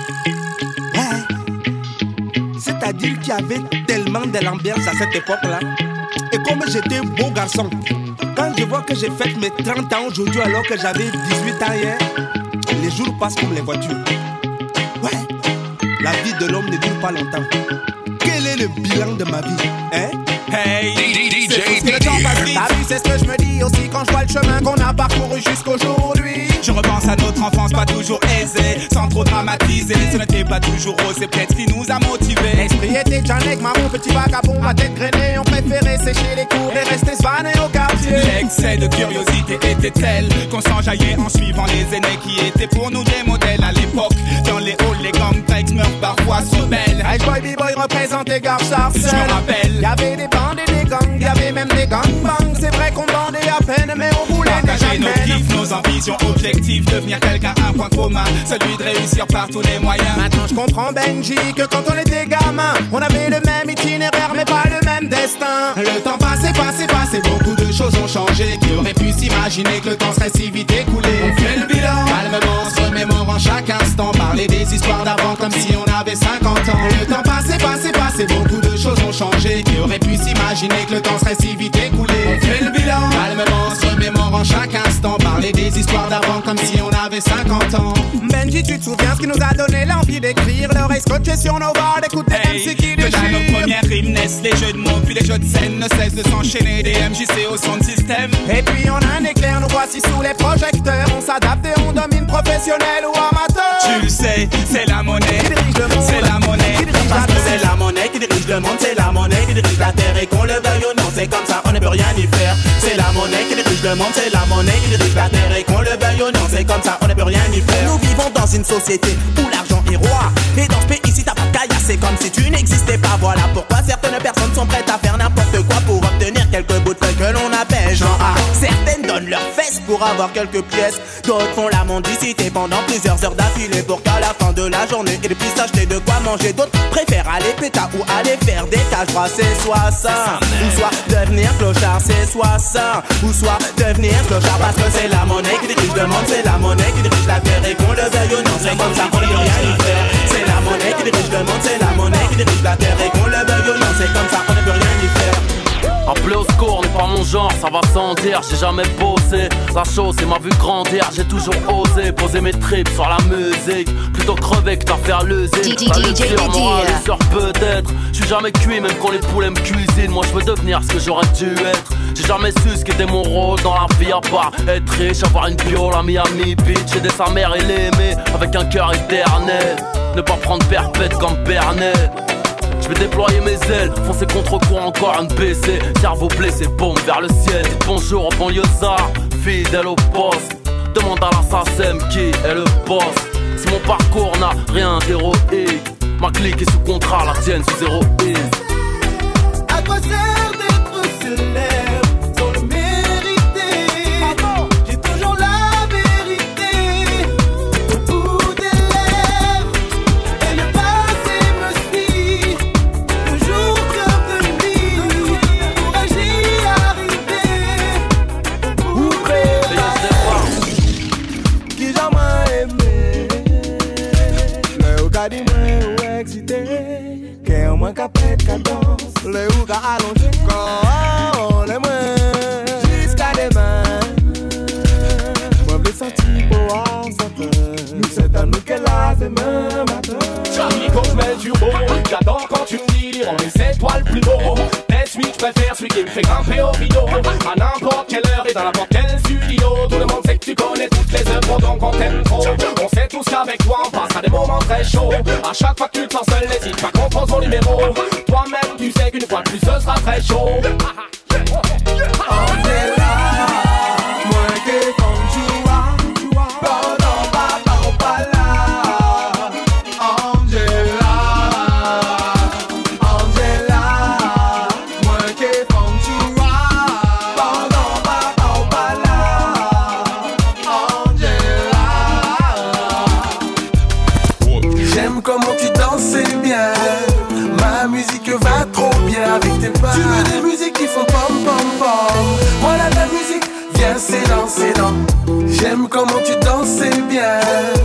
C'est-à-dire qu'il y avait tellement de l'ambiance à cette époque-là. Et comme j'étais beau garçon, quand je vois que j'ai fait mes 30 ans aujourd'hui alors que j'avais 18 ans hier, les jours passent comme les voitures. Ouais, la vie de l'homme ne dure pas longtemps. Quel est le bilan de ma vie, hein? Hey, DJ le temps passe vite. T'as vu, c'est ce que je me dis aussi quand je vois le chemin qu'on a parcouru jusqu'aujourd'hui. Je repense à notre enfance pas toujours aisée, sans trop dramatiser. Ce n'était pas toujours rose, c'est peut-être ce qui nous a motivés. L'esprit était déjà nègre, maman, petit vagabond, ma tête grainée. On préférait sécher les cours et rester svané au quartier. L'excès de curiosité était tel qu'on s'enjaillait en suivant les aînés qui étaient pour nous des modèles à l'époque. Dans les halls, les gangplanks meurent parfois se rebellent. Hey boy, b-boy représentait Garçard. Je me rappelle, y'avait des bandes et des gangs, y'avait même des gangbangs. C'est vrai qu'on bandait à peine, mais on voulait partager nos kiffs, nos ambitions, objectifs, devenir quelqu'un, un point commun, celui de réussir par tous les moyens. Maintenant je comprends Benji que quand on était gamin, on avait le même itinéraire mais pas le même destin. Le temps passé, beaucoup de choses ont changé. Qui aurait pu s'imaginer que le temps serait si vite écoulé? On fait le bilan, calmement, se remémorant chaque instant, parler des histoires d'avant comme si on avait 50 ans. Le temps passé, beaucoup de choses ont changé. Qui aurait pu s'imaginer que le temps serait si vite écoulé? On fait le bilan, calmement, se remémorant chaque instant, parler des histoires d'avant comme si on avait 50 ans. Benji, tu te souviens ce qui nous a donné l'envie d'écrire? L'oreille scotchée sur nos barres, d'écouter MC qui déchire. De là nos premières rimes naissent, les jeux de mots puis les jeux de scène ne cessent de s'enchaîner. Des MJC au son de système. Et puis on a un éclair, nous voici sous les projecteurs. On s'adapte et on domine, professionnel ou amateur. Tu le sais, c'est la monnaie qui dirige le monde. C'est la monnaie Parce que c'est la monnaie qui dirige le monde. C'est la monnaie qui dirige la terre. Et qu'on le veuille ou non, c'est comme ça, on ne peut rien y faire. C'est la monnaie qui dirige le monde. C'est la monnaie qui dirige la terre. Et qu'on le veuille ou non, c'est comme ça, on ne peut rien y faire. Nous vivons dans une société où l'argent est roi. Et dans ce pays, si t'as pas de caillasse, c'est comme si tu n'existais pas. Voilà pourquoi certaines personnes sont prêtes à faire n'importe quoi pour obtenir quelques bouts de feuilles que l'on appelle genre A. Certaines donnent leurs fesses pour avoir quelques pièces. D'autres font la mendicité pendant plusieurs heures d'affilée pour qu'à la fin de la journée ils puissent acheter de quoi manger. D'autres préfèrent aller péta ou aller faire des caches bras. C'est soit ça, ou soit devenir clochard. C'est soit ça, ou soit devenir clochard. Parce que c'est la monnaie qui dirige le monde. C'est la monnaie qui dirige la terre. Et qu'on le veuille ou non, c'est comme ça, on ne peut rien y faire. C'est la monnaie qui dirige le monde. C'est la monnaie qui dirige la terre. Et qu'on le veuille ou non, c'est comme ça, on ne peut rien y faire. Appeler au secours n'est pas mon genre, ça va sans dire, j'ai jamais bossé. La chose c'est m'a vu grandir, j'ai toujours osé poser mes tripes sur la musique. Plutôt crever que t'as faire le zig. Sur moi, les sœurs peut-être. J'suis jamais cuit même quand les poulets me cuisinent. Moi je veux devenir ce que j'aurais dû être. J'ai jamais su ce qu'était mon rôle dans la vie à part être riche, avoir une piole à Miami Beach, aider sa mère et l'aimer avec un cœur éternel. Ne pas prendre perpète comme Bernet. Je vais déployer mes ailes, foncer contre courant encore un BC. Cerveau blessé, bombe vers le ciel. Dites bonjour au banlieusard, fidèle au poste. Demande à l'assassin qui est le boss. Si mon parcours n'a rien d'héroïque, ma clique est sous contrat, la tienne sous héroïne. À quoi sert d'être célèbre sans le mériter? J'ai toujours la vérité au bout des lèvres. Et le passé me suit toujours comme de nuit. Pourrais-je y arriver au bout des lèvres? Qui jamais aimé? Le gars ou excité. Que au moins qu'à pète qu'à danse. Le ou qu'à allonger. Quand les mains jusqu'à demain. Moi je sentis pour un certain. Nous c'est à nous qu'elle a demain matin. Charlie quand je mets le turbo. J'adore quand tu me dis on est cette toile plus beau. Mais celui que je préfère, celui qui me fait grimper au rideau. À n'importe quelle heure et dans n'importe quel studio. Tout le monde sait que tu connais toutes les œuvres donc on t'aime trop. On sait tous qu'avec toi on passe à des moments très chauds. À chaque fois que tu te sens seul, n'hésite pas qu'on prend ton numéro. Toi-même tu sais qu'une fois de plus ce sera très chaud. On est là, moi que quand tu vois, pendant pas là. Angela, moi que quand tu vois, pendant pas là. Angela, j'aime comment tu danses bien. Ma musique va trop bien avec tes pas. Tu veux des musiques qui font pom pom pom. Voilà ta musique, viens c'est dans. J'aime comment tu danses bien.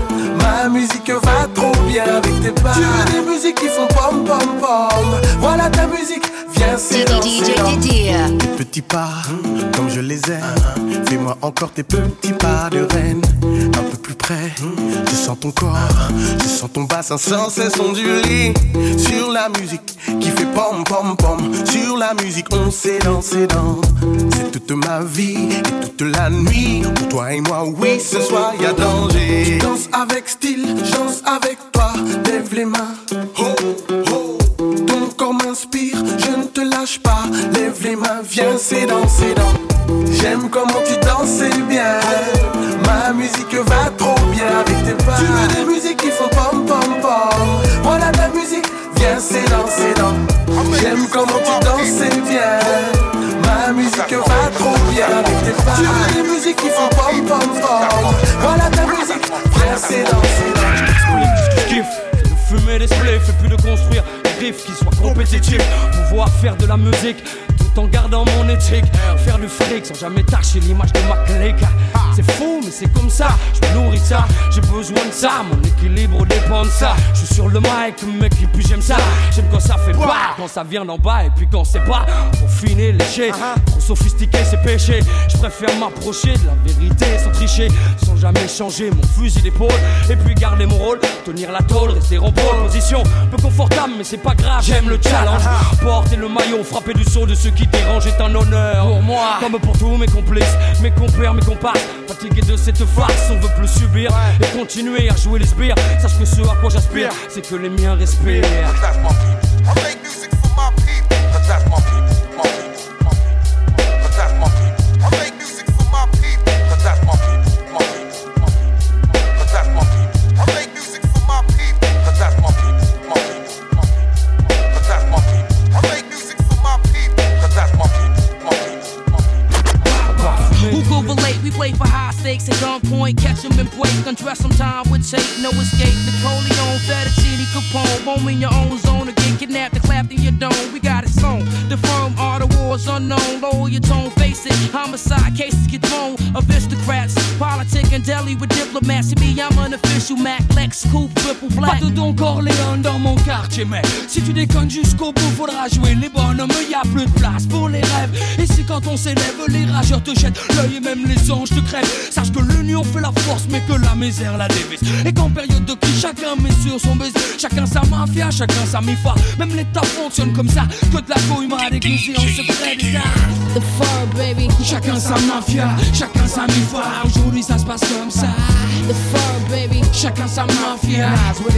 Ma musique va trop bien avec tes pas. Tu veux des musiques qui font pom pom pom. Voilà ta musique, viens c'est DJ. Tes petits pas, comme je les aime. Fais-moi encore tes petits pas de reine. Un peu plus près, je sens ton corps. Je sens ton bassin sans cesse onduler. Sur la musique qui fait pom pom pom. Sur la musique on s'est dansé dans. C'est toute ma vie et toute la nuit. Pour toi et moi, oui, ce soir y'a danger. Danse avec style, danse avec toi. Lève les mains, oh, oh. Ton corps m'inspire, je ne te lâche pas. Lève les mains, viens, c'est dans. J'aime comment tu danses, c'est bien. Ma musique va trop bien avec tes pas. Tu veux des musiques qui font pom pom pom. Voilà ta musique, viens, c'est dans. J'aime comment tu danses, c'est bien. Ma musique va trop bien avec tes pas. Tu veux des musiques qui font pom pom pom. Voilà ta musique, viens, c'est dans. Je kiffe fumer des spliffs et puis de construire des riffs qui soient compétitifs. Pouvoir faire de la musique tout en gardant mon éthique. Faire du fric sans jamais tâcher l'image de ma clique. C'est fou mais c'est comme ça, je me nourris de ça. J'ai besoin de ça, mon équilibre dépend de ça. Je suis sur le mic mec et puis j'aime ça. J'aime quand ça fait pas, quand ça vient d'en bas. Et puis quand c'est pas, pour finir léché. Trop sophistiqué c'est péché. Je préfère m'approcher de la vérité sans tricher. Sans jamais changer mon fusil d'épaule. Et puis garder mon rôle, tenir la tôle, rester en pole position. Peu confortable mais c'est pas grave, j'aime le challenge. Porter le maillot, frapper du saut de ceux qui dérangent est un honneur pour moi. Comme pour tous mes complices, mes compères, mes comparses. Fatigué de cette farce, on veut plus subir et continuer à jouer les sbires. Sache que ce à quoi j'aspire, c'est que les miens respirent. At gunpoint, catch him and break, undress him time with tape, no escape. Napoleon, Fettuccine, Capone, home in your own zone again, kidnapped and clapped in your dome. We got it sewn. The firm are the wars unknown. Lower your tone, face it. Homicide cases get thrown. Aristocrats, politic and deli with diplomats. See me, I'm an official Mac, Lex, Coupe, triple black. Pas de Don Corleone dans mon quartier, mais si tu déconnes jusqu'au bout, faudra jouer les bonhommes. Y a plus de place pour les rêves. Et c'est quand on s'élève, les rageurs te jettent l'œil et même les anges te crèvent. Sache que l'union fait la force, mais que la misère la dévisse. Et qu'en période de crise, chacun met sur son baiser. Chacun sa mafia, chacun sa mifa. Même l'État fonctionne comme ça. Que de la couille m'a déguisé en secret d'État. The fur, baby. Chacun sa mafia, chacun sa mifa. Aujourd'hui ça se passe comme ça. The fur, baby. Chacun sa mafia.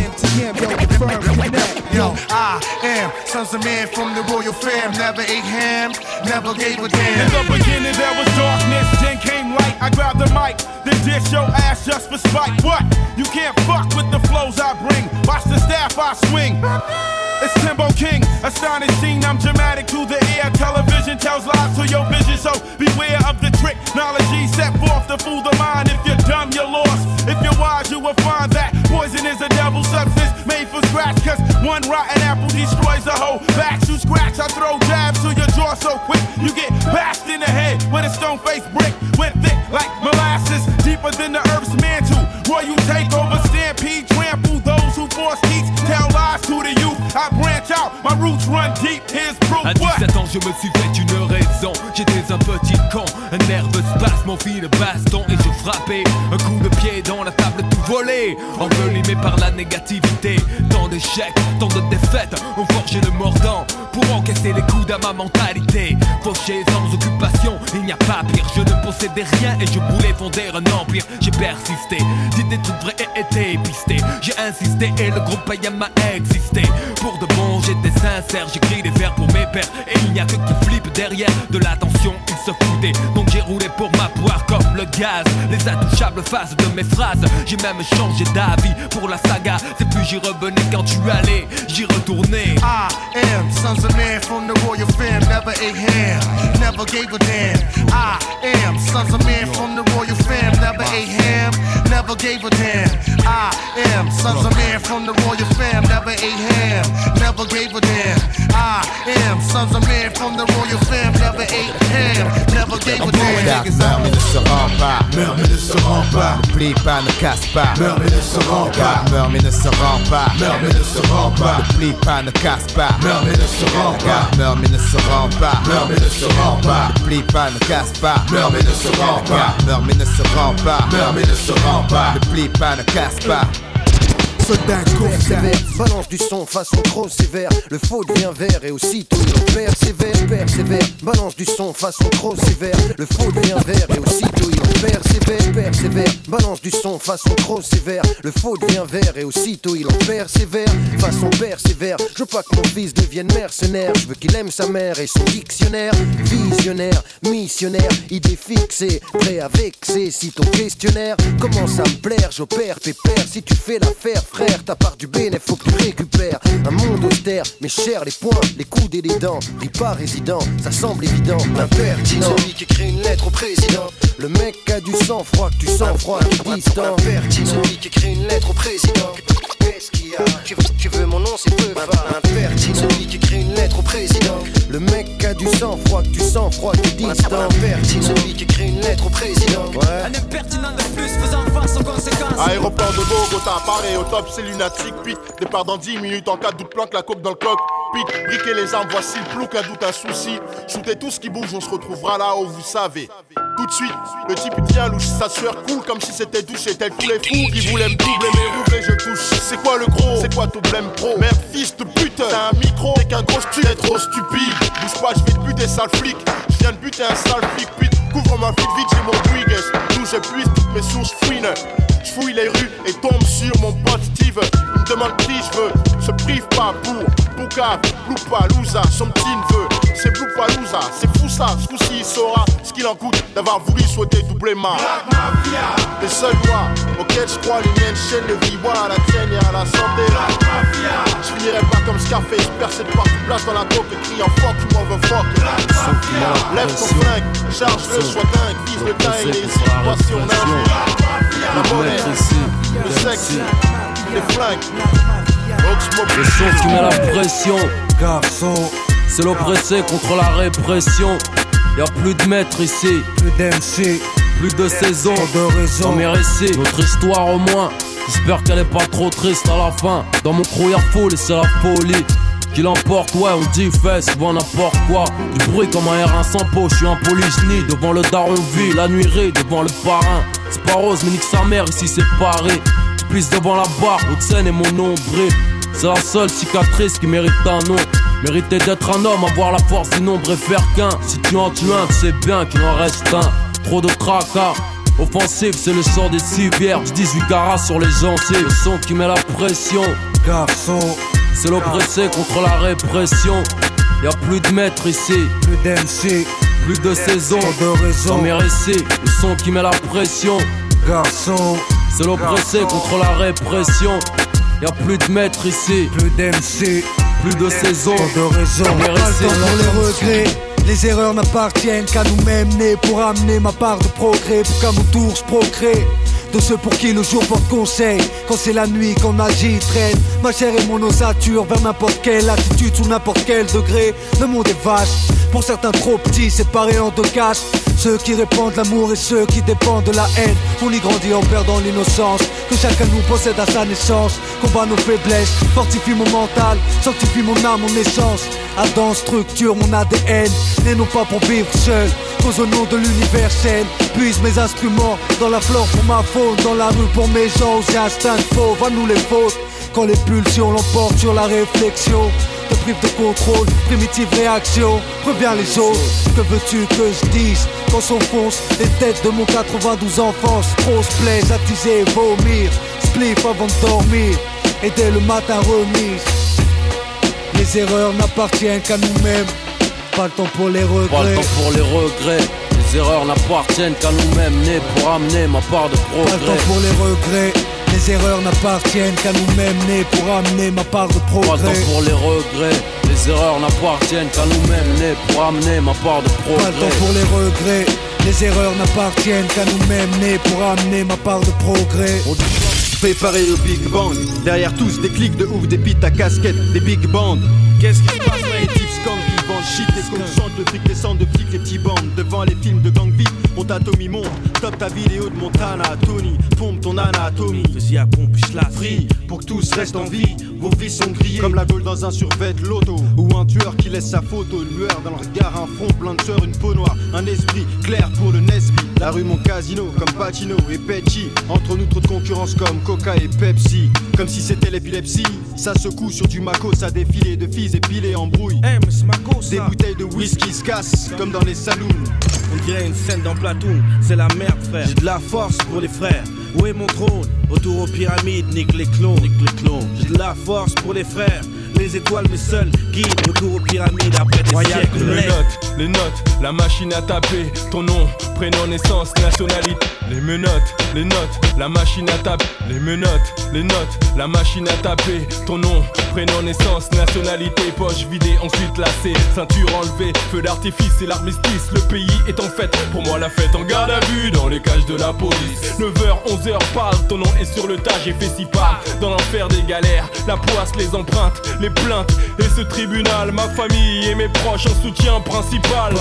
Yo, I am sons of man from the royal fam. Never ate ham, never gave a damn. In the beginning there was darkness, then came light. I grabbed the mic, then dish your ass just for spite. What? You can't fuck with the flows I bring. Watch the staff I swing. It's Timbo King, astonishing, I'm dramatic to the ear. Television tells lies to your vision, so beware of the trick. Knowledge set forth to fool the mind. If you're dumb, you're lost. If you're wise, you will find that poison is a devil substance made for scratch. Cause one rotten apple destroys the whole batch. You scratch, I throw jabs to your jaw so quick. You get bashed in the head with a stone-faced brick. Went thick like molasses, deeper than the earth's mantle. Royal takeover, stampede, trample those who force teach. Tell lies to the youth. I branch out, my roots run deep, here's proof. À 17 ans je me suis fait une raison. J'étais un petit con, un nerveux spasme, mon fil de baston. Et je frappais un coup de pied dans la table tout volé. Envelimé par la négativité. Tant d'échecs, tant de défaites ont forgé le mordant pour encaisser les coups à ma mentalité. Fauché sans occupation, il n'y a pas pire. Je ne possédais rien et je voulais fonder un empire. J'ai persisté, dit des trucs vrais et été pisté. J'ai insisté et le groupe Ayam a existé. Pour de bon j'étais sincère, j'écris des vers pour mes pères. Et il n'y a que qui flippe derrière de l'attention, ils se foutaient. Donc j'ai roulé pour ma poire comme le gaz. Les intouchables faces de mes phrases. J'ai même changé d'avis pour la saga. C'est plus j'y revenais quand tu allais, j'y retournais. I am sons of man from the royal fam. Never ate ham, never gave a damn. I am sons of man from the royal fam. Never ate ham, never gave a damn. I am sons of man from the royal fam. Never ate ham, never gave a damn. I am sons of man from the royal fam. Never ate ham, never gave a damn. Meurt mais ne se rend pas, meurt mais ne se rend pas. N'oublie pas, ne casse pas, pas. Meurs mais ne se rend pas. Meurs mais ne se rend pas. Meurs mais ne se rend pas. Ne plie pas, ne casse pas. Meurs mais ne se rend pas. Meurs mais ne se rend pas. Meurs mais ne se rend pas. Ne plie pas, ne casse pas. Meurs mais ne se rend pas. Meurs mais ne se rend pas. Meurs mais ne se rend pas. Ne plie pas, ne casse pas. Persévère, balance du son façon trop sévère. Le faux devient vert et aussitôt il persévère. Persévère, balance du son façon trop sévère. Le faux devient vert et aussitôt il persévère. Persévère, balance du son façon trop sévère. Le faux devient vert et aussitôt il persévère. Façon persévère, je veux pas que mon fils devienne mercenaire. Je veux qu'il aime sa mère et son dictionnaire. Visionnaire, missionnaire, idée fixée, prêt à vexer. Si ton questionnaire commence à me plaire, j'opère pépère. Si tu fais l'affaire, frère, ta part du bénéf, faut que tu récupères. Un monde austère, mais cher les poings, les coudes et les dents. Ris pas résident, ça semble évident. L'impertinent, celui qui écrit une lettre au président. Le mec a du sang-froid, que tu sens froid, qui est distant. Celui qui écrit une lettre au président. Qu'est-ce qu'il y a? Tu veux mon nom, c'est peu impertinent. Celui qui écrit une lettre au président. Le mec a du sang-froid, que tu sens froid, qui est distant. Celui qui écrit une lettre au président. Un impertinent de plus faisant face aux conséquences. Aéroport de Bogota, appareil au top, c'est lunatique. Pit, départ dans 10 minutes en cas de doute, planque la coque dans le coq. Pit, briquer les armes, voici le plouc, un doute, un souci. Shootez tout ce qui bouge, on se retrouvera là-haut, vous savez. Tout de suite, le type il devient louche, sa sueur coule comme si c'était douché. Tel tous les fous qui voulaient me doubler, mais rouler je touche. C'est quoi le gros? C'est quoi ton blême pro? Merde, fils de pute, t'as un micro, t'es qu'un gros stu, t'es trop stupide. Bouge pas, je vais te buter, sale flic. Je viens de buter un sale flic, pute. Couvre ma flic vite, j'ai mon Twiggs. D'où j'épuise toutes mes sources fouines. J'fouille les rues et tombe sur mon pote Steve. Il me demande qui je veux, se prive pas pour Bouka, Bloupalouza, son petit neveu. C'est Bloupalouza, c'est fou ça, ce coup-ci il saura ce qu'il en coûte d'avoir voulu souhaiter doubler ma les seules lois auxquelles je crois, les miennes chaînes de vie, à la tienne et à la santé. Je finirai pas comme Scarface, percé de partout, place dans la coque et criant fuck, tu m'en veux fuck. Lève ton flingue, charge-le, sois dingue, vise le teint et les situations d'injure. La monnaie, le sexe, les flingues. Le son qui met la pression, garçon. C'est l'oppressé contre la répression. Y'a plus de maîtres ici, plus d'MC, plus de saison, dans mes récits, notre histoire au moins. J'espère qu'elle est pas trop triste à la fin. Dans mon crew y'a foule et c'est la folie qui l'emporte, ouais on dit fait souvent n'importe quoi. Du bruit comme un R1 sans peau, je suis un polygynie. Devant le daron vie, la nuirie, devant le parrain. C'est pas rose mais nique sa mère ici c'est Paris. Je pisse devant la barre, Haute-Seine et mon nombril. C'est la seule cicatrice qui mérite un nom. Mériter d'être un homme, avoir la force du nombre et faire qu'un. Si tu en tues un, tu sais bien qu'il en reste un. Trop de tracas, offensif c'est le sang des civières. 18 carats sur les gentils, le son qui met la pression. Garçon, c'est l'oppressé contre la répression. Y'a plus de maîtres ici, plus d'MC, plus de saison, dans mes récits, le son qui met la pression. Garçon, c'est l'oppressé contre la répression. Y'a plus de maîtres ici, plus d'MC, plus de saison, dans mes récits. Pour les regrets, les erreurs n'appartiennent qu'à nous-mêmes, nés pour amener ma part de progrès, pour qu'à mon tour je procrée. De ceux pour qui le jour porte conseil, quand c'est la nuit qu'on agit, traîne ma chair et mon ossature vers n'importe quelle attitude, sous n'importe quel degré. Le monde est vache, pour certains trop petits, séparés en deux castes. Ceux qui répandent l'amour et ceux qui dépendent de la haine. On y grandit en perdant l'innocence que chacun nous possède à sa naissance. Combat nos faiblesses, fortifie mon mental, sanctifie mon âme, mon essence. Adam structure mon ADN, et non pas pour vivre seul. Cause au nom de l'universel, puise mes instruments dans la flore pour ma faune, dans la rue pour mes gens, j'ai instinct fauve, à nous les fautes. Quand les pulsions l'emportent sur la réflexion, te prive de contrôle, primitive réaction, préviens les autres. Que veux-tu que je dise quand s'enfonce les têtes de mon 92 enfance? Trop se plaise, attiser, vomir, spliff avant de dormir, et dès le matin remise. Les erreurs n'appartiennent qu'à nous-mêmes. Pas le temps pour les regrets. Pas le temps pour les regrets. Les erreurs n'appartiennent qu'à nous-mêmes, nés pour amener ma part de progrès. Pas le temps pour les regrets. Les erreurs n'appartiennent qu'à nous-mêmes, nés pour amener ma part de progrès. Pas le temps pour les regrets. Les erreurs n'appartiennent qu'à nous-mêmes, nés pour amener ma part de progrès. Pas le temps pour les regrets. Les erreurs n'appartiennent qu'à nous-mêmes, nés pour amener ma part de progrès. Préparé au Big Bang, derrière tous des clics de ouf, des beats à casquette, des big bands. Qu'est-ce qui se passe là, les types scandent qui vendent shit, les cons chantent, le fric descend de flics, les petits bandes. Devant les films de gang vite, on t'atomie monte. Top ta vidéo de Montana, Tony, pompe ton anatomie. Vas-y à pompe, je la free, pour que tous restent en vie. Vos vies sont grillées, comme la gaule dans un survêt loto. Ou un tueur qui laisse sa photo, une lueur dans le regard, un front plein de sueur, une peau noire. Un esprit clair pour le Nesby. La rue mon casino, comme Pacino et Pecci. Entre nous trop de concurrence comme Coca et Pepsi. Comme si c'était l'épilepsie. Ça secoue sur du Mako, ça défilé de filles épilées en brouille. Hey, mais c'est Mako, ça. Des bouteilles de whisky se cassent, comme dans les saloons. On dirait une scène dans Platoon, c'est la merde frère. J'ai de la force pour les frères. Où est mon trône? Autour aux pyramides, nique les clones. J'ai de la force pour les frères. Les étoiles, mes seuls guides. Retour aux pyramides après des siècles. Les notes, la machine à taper. Ton nom, prénom, naissance, nationalité. Les notes, la machine à taper. Les notes, la machine à taper. Ton nom, prénom, naissance, nationalité. Poche vidée, ensuite lacée. Ceinture enlevée, feu d'artifice et l'armistice. Le pays est en fête, pour moi la fête en garde à vue. Dans les cages de la police. 9h, 11h, parle. Ton nom est sur le tas, j'ai fait si part. Dans l'enfer des galères, la poisse, les empreintes, les plaintes et ce tribunal. Ma famille et mes proches en soutien principal.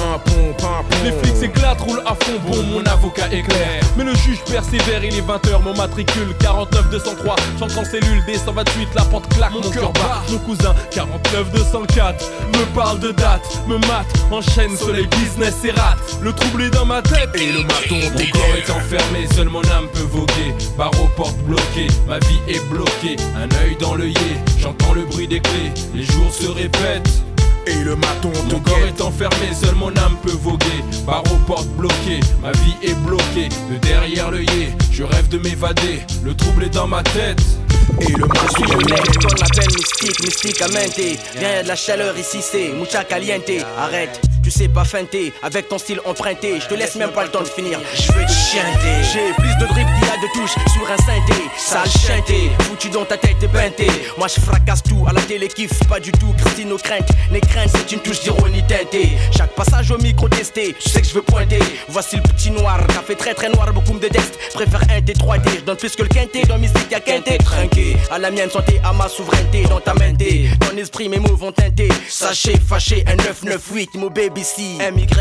Les flics s'éclatent, roulent à fond. Bon, mon avocat est clair. Mais le juge persévère, il est 20h, mon matricule 49 203, chante en cellule D128, la porte claque, mon cœur bat. Mon cousin 49 204 me parle de date, me mate, enchaîne soleil business et rate. Le trouble est dans ma tête et le maton. Mon corps est enfermé, seule mon âme peut voguer. Barreaux, portes bloquées, ma vie est bloquée. Un œil dans l'œillet, j'entends le bruit des clés. Les jours se répètent. Et le maton, mon corps est enfermé, seule mon âme peut voguer. Barreaux, portes bloquées, ma vie est bloquée. De derrière l'œillet, je rêve de m'évader. Le trouble est dans ma tête. Et le je suis le mec qu'on appelle mysticamente. Rien de la chaleur ici, c'est mucha caliente. Arrête, tu sais pas feinter, avec ton style emprunté. Je te laisse même pas le temps de finir, je veux te chanter. J'ai plus de drip qu'il y a de touches sur un synthé. Sale chanté, foutu dans ta tête et peinté. Moi je fracasse tout, à la télé kiffe pas du tout. Christine aux craintes, les craintes c'est une touche d'ironie teintée. Chaque passage au micro testé, je sais que je veux pointer. Voici le petit noir, café très très noir, beaucoup me détestent. Préfère un T3D, je donne plus que le quinté. Dans mystique y'a quinté, trinqué. À la mienne santé, à ma souveraineté. Dans ta mente, ton esprit mes mots vont teinter. Sachez, fâché, un 998, mon baby si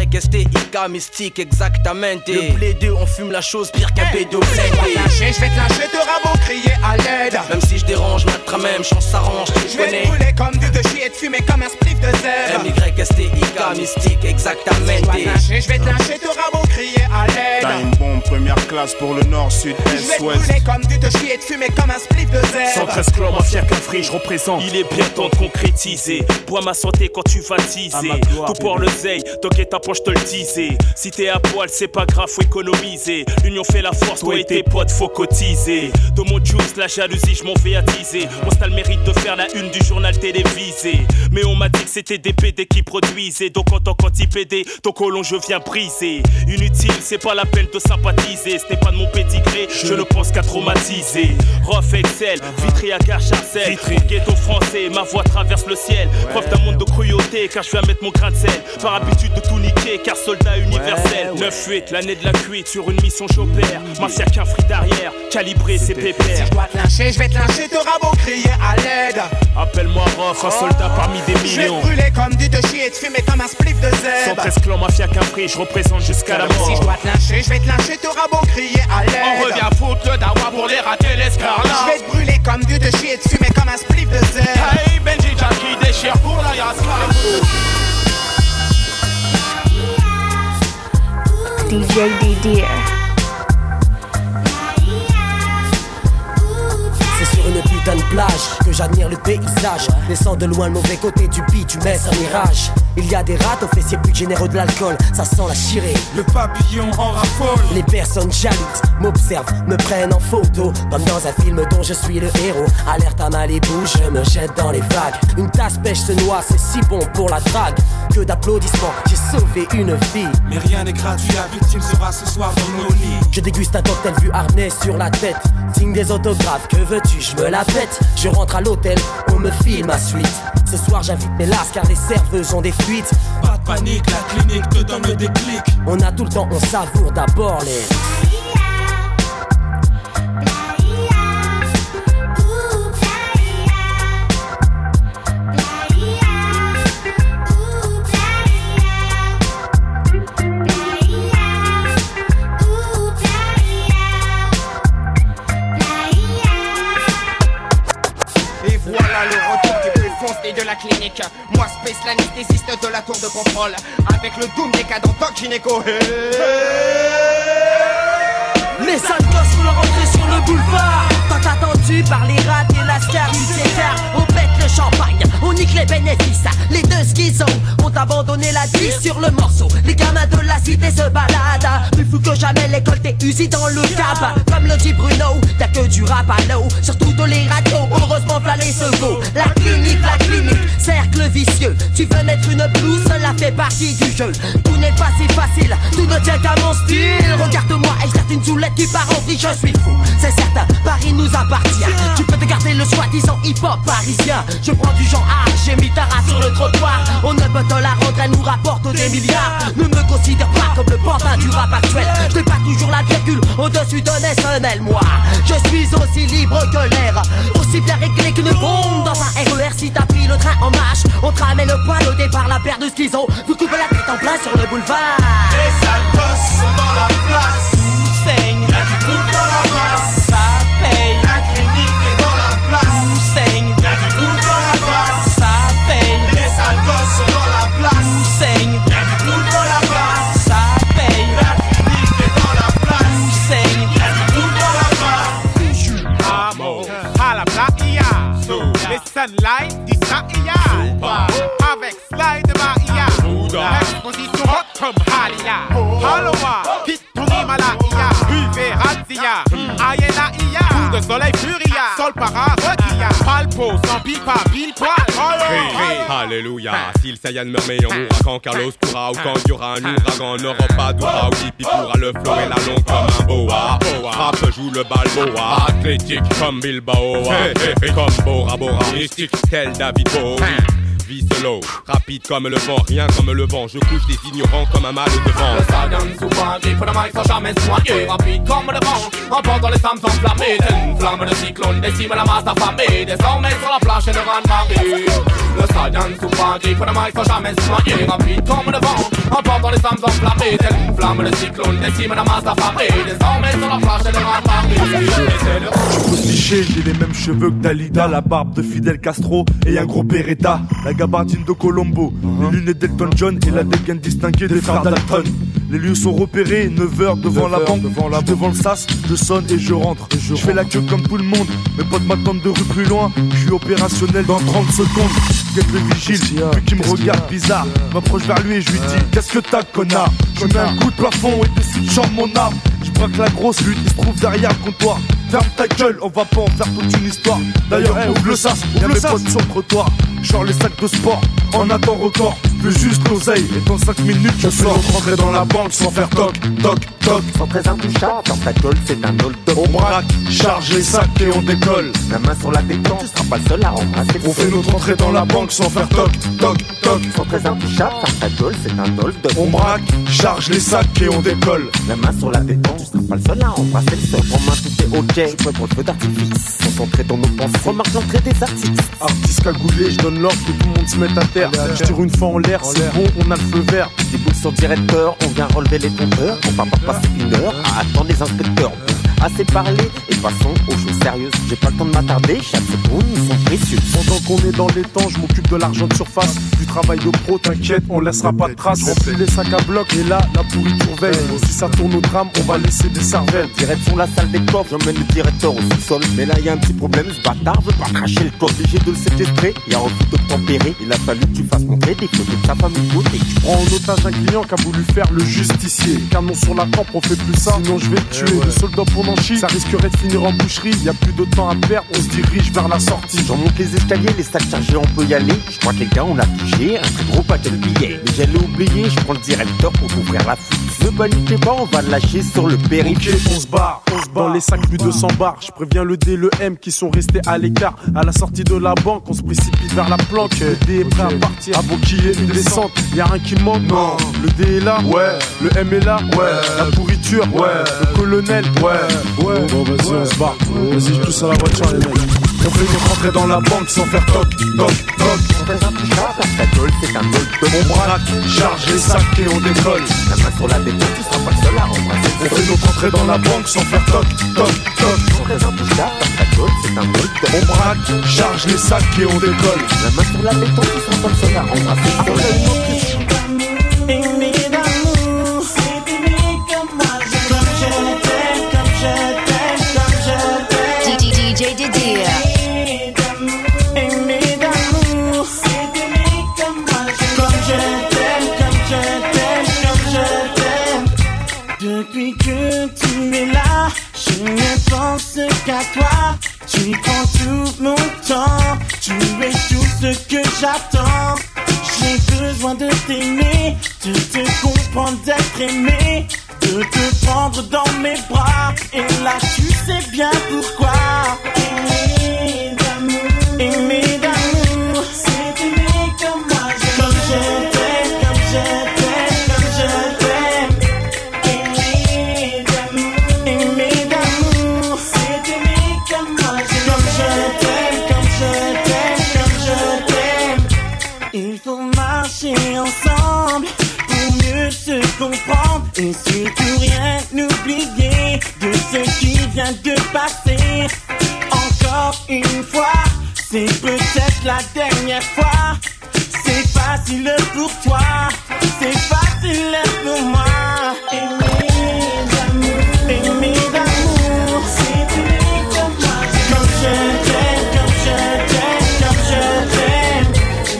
MYSTIK, mystique exactamente. Le blé 2, on fume la chose pire qu'un bédo blindé. Je vais te lâcher, te rabot, crier à l'aide. Même si je dérange, ma même chance s'arrange, tu connais. Je vais te brûler comme du de chier et te fumer comme un spliff de zèbre. MYSTIK, mystique exactamente. Je vais te lâcher, te rabot, crier à l'aide. T'as une bombe première classe pour le nord, sud, est, ouest. Je vais te brûler comme du de chier et te fumer comme un spliff de zèbre. 113 clans, mafia qu'un free, je représente. Il est bien temps de concrétiser. Bois ma santé quand tu vas teaser. Tout pour le zeille, t'inquiète ta poche te le disais. Si t'es à poil, c'est pas grave, faut économiser. L'union fait la force, toi et tes potes, faut cotiser. De mon juice, la jalousie, je m'en vais attiser. Moi, c'est le mérite de faire la une du journal télévisé. Mais on m'a dit que c'était des PD qui produisaient. Donc en tant qu'anti-PD, ton colon je viens briser. Inutile, c'est pas la peine de sympathiser. Ce n'est pas de mon pédigré, je ne pense qu'à traumatiser. Rof Excel, Vitry à Carcharcel. Ghetto français, ma voix traverse le ciel. Preuve d'un monde de cruauté, car je viens mettre mon grain de sel. Par habitude de tout niquer, car soldat universel. 9-8, l'année de la cuite, sur une mission chopère. Mafia qu'un fric d'arrière, calibré c'est pépère. Si je dois te lyncher, je vais te lyncher, te rabot, crier à l'aide. Appelle-moi Rof, un soldat parmi des millions. Je vais te brûler comme du de chier et te fumer comme un spliff de zèbre. 113 clans, mafia qu'un free, je représente jusqu'à la mort. Si je dois te lyncher, je vais te lyncher, te rabot, crier à l'aide. On revient foutre le dawa pour les rater l'escarlat. Je vais te brûler comme du de chier et te fumer comme un spliff de zèbre. Hey Benji Jackie déchire pour la Yaska. DJ Didier. C'est sur une putain de plage que j'admire le paysage. Laissant de loin le mauvais côté du bitumen, un mirage. Il y a des rats aux fessiers plus généreux de l'alcool. Ça sent la chirée, le papillon en raffole. Les personnes jalouses m'observent, me prennent en photo. Comme dans un film dont je suis le héros. Alerte à Malibu, je me jette dans les vagues. Une tasse pêche se noie, c'est si bon pour la drague. Que d'applaudissements, j'ai sauvé une vie. Mais rien n'est gratuit, la victime sera ce soir dans nos lits. Je déguste un cocktail vu harnais sur la tête. Signe des autographes, que veux-tu, je me la pète. Je rentre à l'hôtel, on me file ma suite. Ce soir j'invite mes lasses car les serveuses ont des fuites. Pas de panique, la clinique te donne le déclic. On a tout le temps, on savoure d'abord les... retour du plus foncé de la clinique. Moi, Space, l'anesthésiste de la tour de contrôle. Avec le doom des cadans Doc Gynéco. Les sales gosses font leur entrée sur le boulevard. Tant attendu par les rats et la star du César. On pète le champagne, on nique les bénéfices. Les deux schizos ont abandonné la vie sur le morceau. Les gamins de la cité se baladent. Plus fou que jamais, l'école t'est usée dans le cap. Comme le dit Bruno, y'a que du rap à l'eau. Surtout dans les radios, heureusement v'là les secours. La clinique, cercle vicieux. Tu veux mettre une blouse, cela fait partie du jeu. Tout n'est pas si facile, tout ne tient qu'à mon style. Regarde-moi, et je une zoulette qui part en vrille, je suis fou. C'est certain, Paris nous appartient. Tu peux te garder le soi-disant hip-hop parisien. Je prends du genre art, j'ai mis ta race sur le trottoir. On ne peut te la rendre, elle nous rapporte des milliards. Ne me considère pas comme le pantin du rap actuel. Je n'ai pas toujours la virgule au-dessus d'un SNL. Moi, je suis aussi libre que l'air, aussi bien réglé qu'une bombe dans un RER. Si t'as pris le train en marche, on te ramène le poil au départ, la paire de schizo. Vous coupez la tête en plein sur le boulevard. Les sales gosses sont dans la place. Saigne, y'a du boule dans la place. Ça paye, la clinique est dans la place. Saigne, y'a du boule dans la place. Ça paye, les sales gosses sont dans la place. Saigne, y'a du boule dans la place. Ça paye, la clinique est dans la place. Saigne, y'a du boule dans la place. Amo, à la playa, les sunlight d'Israël. Avec slide de Maïa, exposition hot comme Halia. Haloa, quitte ton Himalaya, Uvé Razia, Ayena Ia, coup de soleil furia, sol para requilla, palpo, sans pipa, pile poil. Alléluia, si le Saiyan meurt mais on mourra quand Carlos courra ou quand il y aura un ouragan, on n'aura pas d'aura ou Hippie pourra le fleurer la longue comme un boa. Frappe joue le balboa, athlétique comme Bilbao, comme Bora Bora, mystique tel David Bowie. Vie solo, rapide comme le vent, rien comme le vent. Je couche les ignorants comme un mal de vent. Le Saiyan souvent dit, pour le mic sans jamais se noyer. Rapide comme le vent, emportant les femmes enflammées. Telle une flamme de cyclone, décime la masse affamée. Désormais sur la plage et le rang de marée. Le Saiyan souvent dit, pour le mic sans jamais se noyer. Rapide comme le vent, emportant les femmes enflammées. Telle une flamme de cyclone, décime la masse affamée. Désormais sur la plage et le rang de marée. Je pose cliché, j'ai les mêmes cheveux que Dalida, la barbe de Fidel Castro et un gros Beretta. La gabardine de Colombo, les lunettes d'Elton John et la dégaine distinguée des frères Dalton. Les lieux sont repérés, 9h devant la banque, devant le sas, je sonne et je rentre. Je fais la queue comme tout le monde, mes potes m'attendent de rue plus loin. Je suis opérationnel dans 30 secondes. Guette le vigile, lui qui me regarde bizarre, m'approche vers lui et je lui dis qu'est-ce que t'as connard. Je mets un coup de plafond et décide de chambre mon arme. Je braque la grosse, lui il se trouve derrière le comptoir. Ferme ta gueule, on va pas en faire toute une histoire. D'ailleurs, ouvre le sas, y'a mes potes sur le trottoir. Genre les sacs de sport, en attend record. Veux juste l'oseille, et dans 5 minutes je sors. Rentrer dans la banque sans faire toc, toc, toc. Sans très intouchable, dans ta gueule c'est un hold-up. On braque, charge les sacs et on décolle. La main sur la détente, tu seras pas le seul à embrasser. On fait notre entrée dans la banque sans faire toc, toc, toc. Sans très intouchable, dans ta gueule c'est un hold-up. On braque, charge les sacs et on décolle. La main sur la détente, tu seras pas le seul à embrasser le sol. En main tout est ok, je suis prêt pour le feu d'artifice. Concentré dans nos pensées, remarque l'entrée des artistes. Artiste cagoulé, je donne l'ordre que tout le monde se mette à terre. Je tire une fois en l'air, c'est bon, on a le feu vert. Des boules sur directeur, on vient relever les compteurs. On va pas passer une heure à attendre les inspecteurs. Assez parlé et passons aux choses sérieuses. J'ai pas le temps de m'attarder, chaque seconde nous sont précieuses. Pendant qu'on est dans les temps, je m'occupe de l'argent de surface. Du travail de pro, t'inquiète, on laissera pas de traces. Remplis les sacs à bloc et là, la pourriture veille. Si ça tourne au drame, on va laisser des cervelles. Direction la salle des coffres, j'emmène le directeur au sous-sol. Mais là y a un petit problème, ce bâtard veut pas cracher le coffre. Obligé de le séquestrer, y a refus de tempérer. Il a fallu que tu fasses montrer des photos de sa famille côté. Tu prends en otage un client qui a voulu faire le justicier. Canon sur la tempe, on fait plus ça, sinon je vais te tuer. Le soldat pour Nanchi, ça risquerait de finir en boucherie. Y a plus de temps à perdre, on se dirige vers la sortie. J'en monte les escaliers, les sacs chargés, on peut y aller. Je crois que les gars, on a touché un très gros paquet de billets. Mais j'allais oublier, je prends le directeur pour ouvrir la fuite. Ne paniquez pas, on va le lâcher sur le périph'. Ok, on se barre. Dans les sacs, plus de 100 bars. Je préviens le D, le M qui sont restés à l'écart. À la sortie de la banque, on se précipite vers la planque. Le D est prêt à partir avant qu'il y ait une descente. Y'a rien qui manque, non. Le D est là, ouais. Le M est là, ouais. La pourriture, ouais. Le colonel, ouais. Bon, vas-y, on se barre. Vas-y, tous à la voiture, les mecs. On fait notre entrée dans la banque sans faire toc, toc, toc. On fait un touchard, la gueule, c'est un autre. On braque, charge les sacs et on décolle. La main sur la détente, tu seras pas le seul à embrasser. On fait notre entrée dans la banque sans faire toc, toc, toc. On fait un touchard, la gueule, c'est un autre. On braque, charge les sacs et on décolle. La main sur la détente, tu seras pas le seul à embrasser. Aimer d'amour, c'est aimer comme moi. Comme je t'aime, comme je t'aime, comme je t'aime. DJ Didier. Aimer d'amour, c'est aimer comme moi. Comme je t'aime, comme je t'aime, comme je t'aime. Depuis que tu es là, je ne pense qu'à toi. Tu prends tout mon temps, tu es tout ce que j'attends. J'ai besoin de t'aimer, de te comprendre, d'être aimé, de te prendre dans mes bras. Et là tu sais bien pourquoi. Aimer d'amour, c'est aimer comme moi. Comme je t'aime, comme je t'aime, comme je t'aime. Aimer d'amour, c'est aimer comme moi. Comme je t'aime, comme je t'aime, comme je t'aime. Il faut marcher ensemble pour mieux se comprendre et surtout rien n'oublier de ce qui vient de passer. Encore une fois, c'est peut-être la dernière fois. C'est facile pour toi, c'est facile pour moi. Aimer d'amour, c'est aimer comme moi. Comme je t'aime, comme je t'aime, comme je t'aime.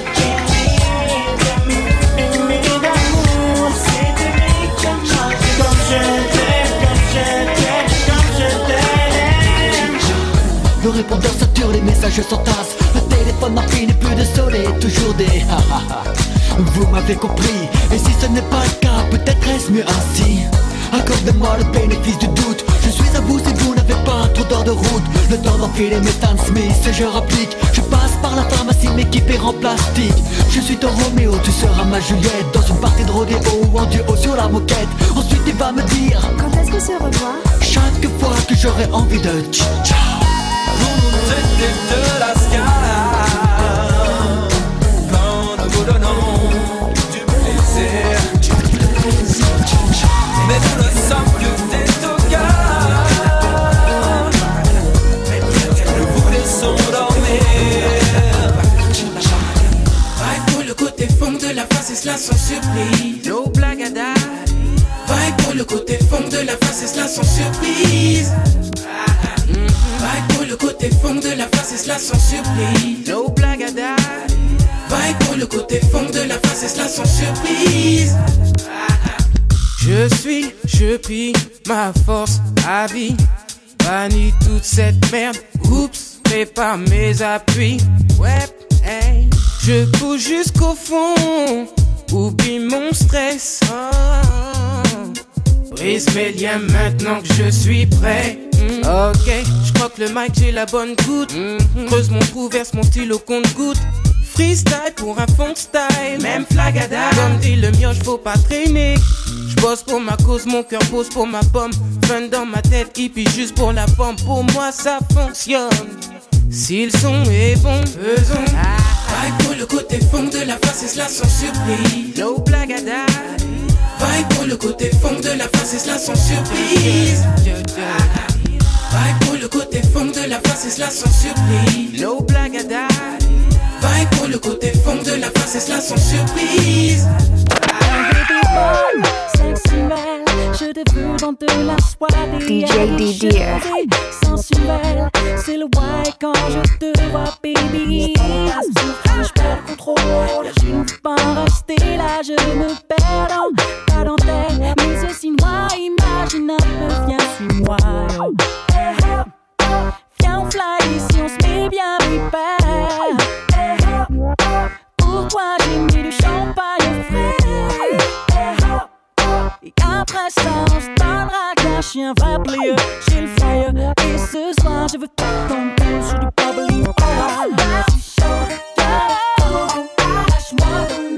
Aimer d'amour, c'est aimer comme moi. Comme je t'aime, comme je t'aime, comme je t'aime. Le répondeur sature, les messages s'entassent. Le téléphone n'en finit plus de sonner. Toujours des vous m'avez compris. Et si ce n'est pas le cas, peut-être est-ce mieux ainsi. Accordez-moi le bénéfice du doute. Je suis à vous si vous n'avez pas trop d'heures de route. Le temps d'enfiler mes Stan Smith et je rapplique. Je passe par la pharmacie m'équiper en plastique. Je suis ton Roméo, tu seras ma Juliette. Dans une partie de rodéo ou en duo sur la moquette. Ensuite tu vas me dire quand est-ce qu'on se revoit. Chaque fois que j'aurai envie de tch-tcha. De la scala, quand nous vous donnons du plaisir. Mais nous ne sommes que des tocards. Nous vous laissons dormir. Vaille pour le côté fond de la face et cela sans surprise. No blague à date. Vaille pour le côté fond de la face et cela sans surprise. Vaille pour le côté fond de la face et cela sans surprise. No blague à date. Vaille pour le côté fond de la face et cela sans surprise. Je prie ma force à vie. Bannis toute cette merde. Oups, prépare mes appuis. Ouais, hey. Je pousse jusqu'au fond. Oublie mon stress. Brise mes liens maintenant que je suis prêt. Ok, je crois que le mic j'ai la bonne goutte. Creuse mon trou, verse mon stylo compte-goutte. Freestyle pour un fond style. Même flagada. Comme dit le mioche, faut pas traîner. J'bosse pour ma cause, mon cœur pose pour ma pomme. Fun dans ma tête, hippie juste pour la forme. Pour moi ça fonctionne. Si le son est bon, faisons. Vaille pour le côté fond de la face et cela sans surprise. No blagada. Vaille pour le côté fond de la face et cela sans surprise. Vaille pour le côté fond de la face et cela sans surprise. No blagada. Vaille pour le côté fond de la face et cela sans surprise. Sensuel, je te veux dans de la soirée. DJ Didier. Sensuel, c'est le why quand je te vois, baby. Je perds le contrôle, je ne peux pas rester là, je me perds dans ta dentelle. Mes yeux si noirs, imagine un peu, viens suis-moi. Viens on fly ici, on se met bien repère. Pourquoi j'ai mis du champagne au frais? Et après ça on se donnera qu'un chien va plier. J'ai le fire et ce soir je veux faire ton tour sur du bubbly. C'est chaud, lâche-moi ton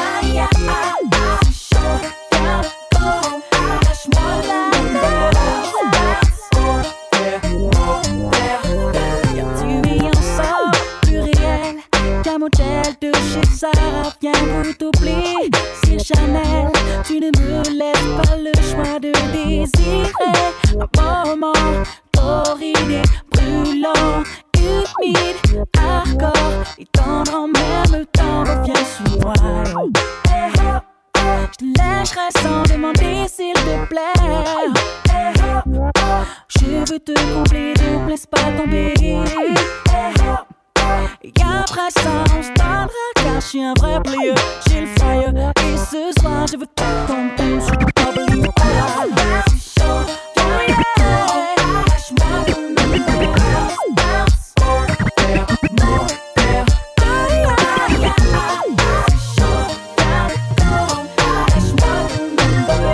numéro. timide, hardcore, et tendre en même temps revient sur moi. Je te lâcherai sans demander s'il te plaît. Je veux te combler, ne laisse pas tomber. Et après ça on se donnera, car je suis un vrai player, j'ai le fire. Et ce soir je veux tout tomber sur le bubbly. C'est chaud, oh yeah. Lâche-moi ton numéro. Bounce, terre, mon terre. Aïe, aïe, aïe. C'est chaud, lâche-moi ton numéro.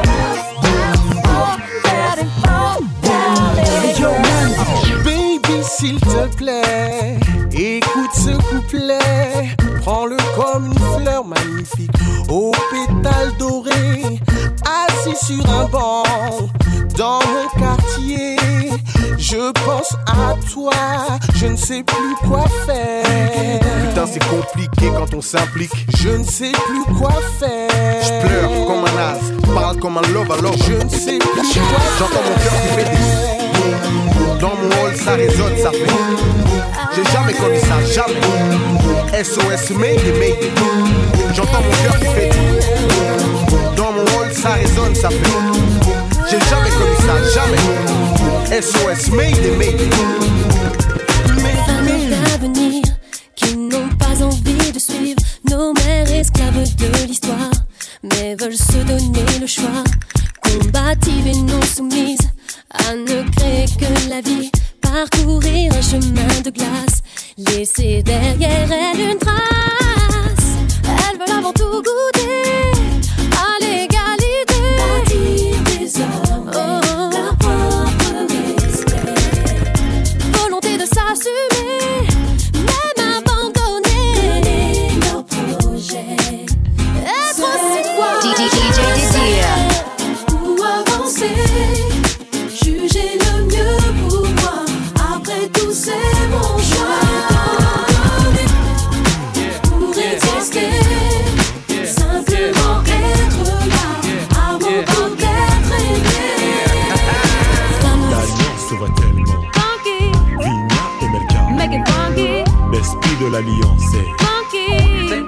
Baby, s'il te plaît, écoute ce couplet, prends-le comme une fleur magnifique aux pétales dorés, assis sur un banc dans mon quartier. Je pense à toi, je ne sais plus quoi faire. Putain, c'est compliqué quand on s'implique. Je ne sais plus quoi faire. Je pleure comme un as, parle comme un love alors. Je ne sais plus quoi faire. J'entends mon cœur qui fait des boum. Dans mon hall, ça résonne, ça fait. J'ai jamais connu ça, jamais. SOS, Mayday. J'entends mon cœur qui fait des dans mon hall, ça résonne, ça fait. J'ai jamais connu ça, jamais. SOS, Mayday. Femmes d'avenir qui n'ont pas envie de suivre nos mères esclaves de l'histoire, mais veulent se donner le choix, combatives et non soumises, à ne créer que la vie, parcourir un chemin de glace, laisser derrière elle une trace. Elles veulent avant tout goûter à l'égalité, bâtir des hommes, leur propre respect, volonté de s'assumer, même abandonner, mener leurs projets, être aussi quoi ou avancer, juger le mieux pour moi, après tout c'est mon choix. Pour exister, simplement être là, à mon tour d'être aimé. L'alliance va tellement Funky, Vigna et Melka, make it funky, l'esprit de l'alliance est funky,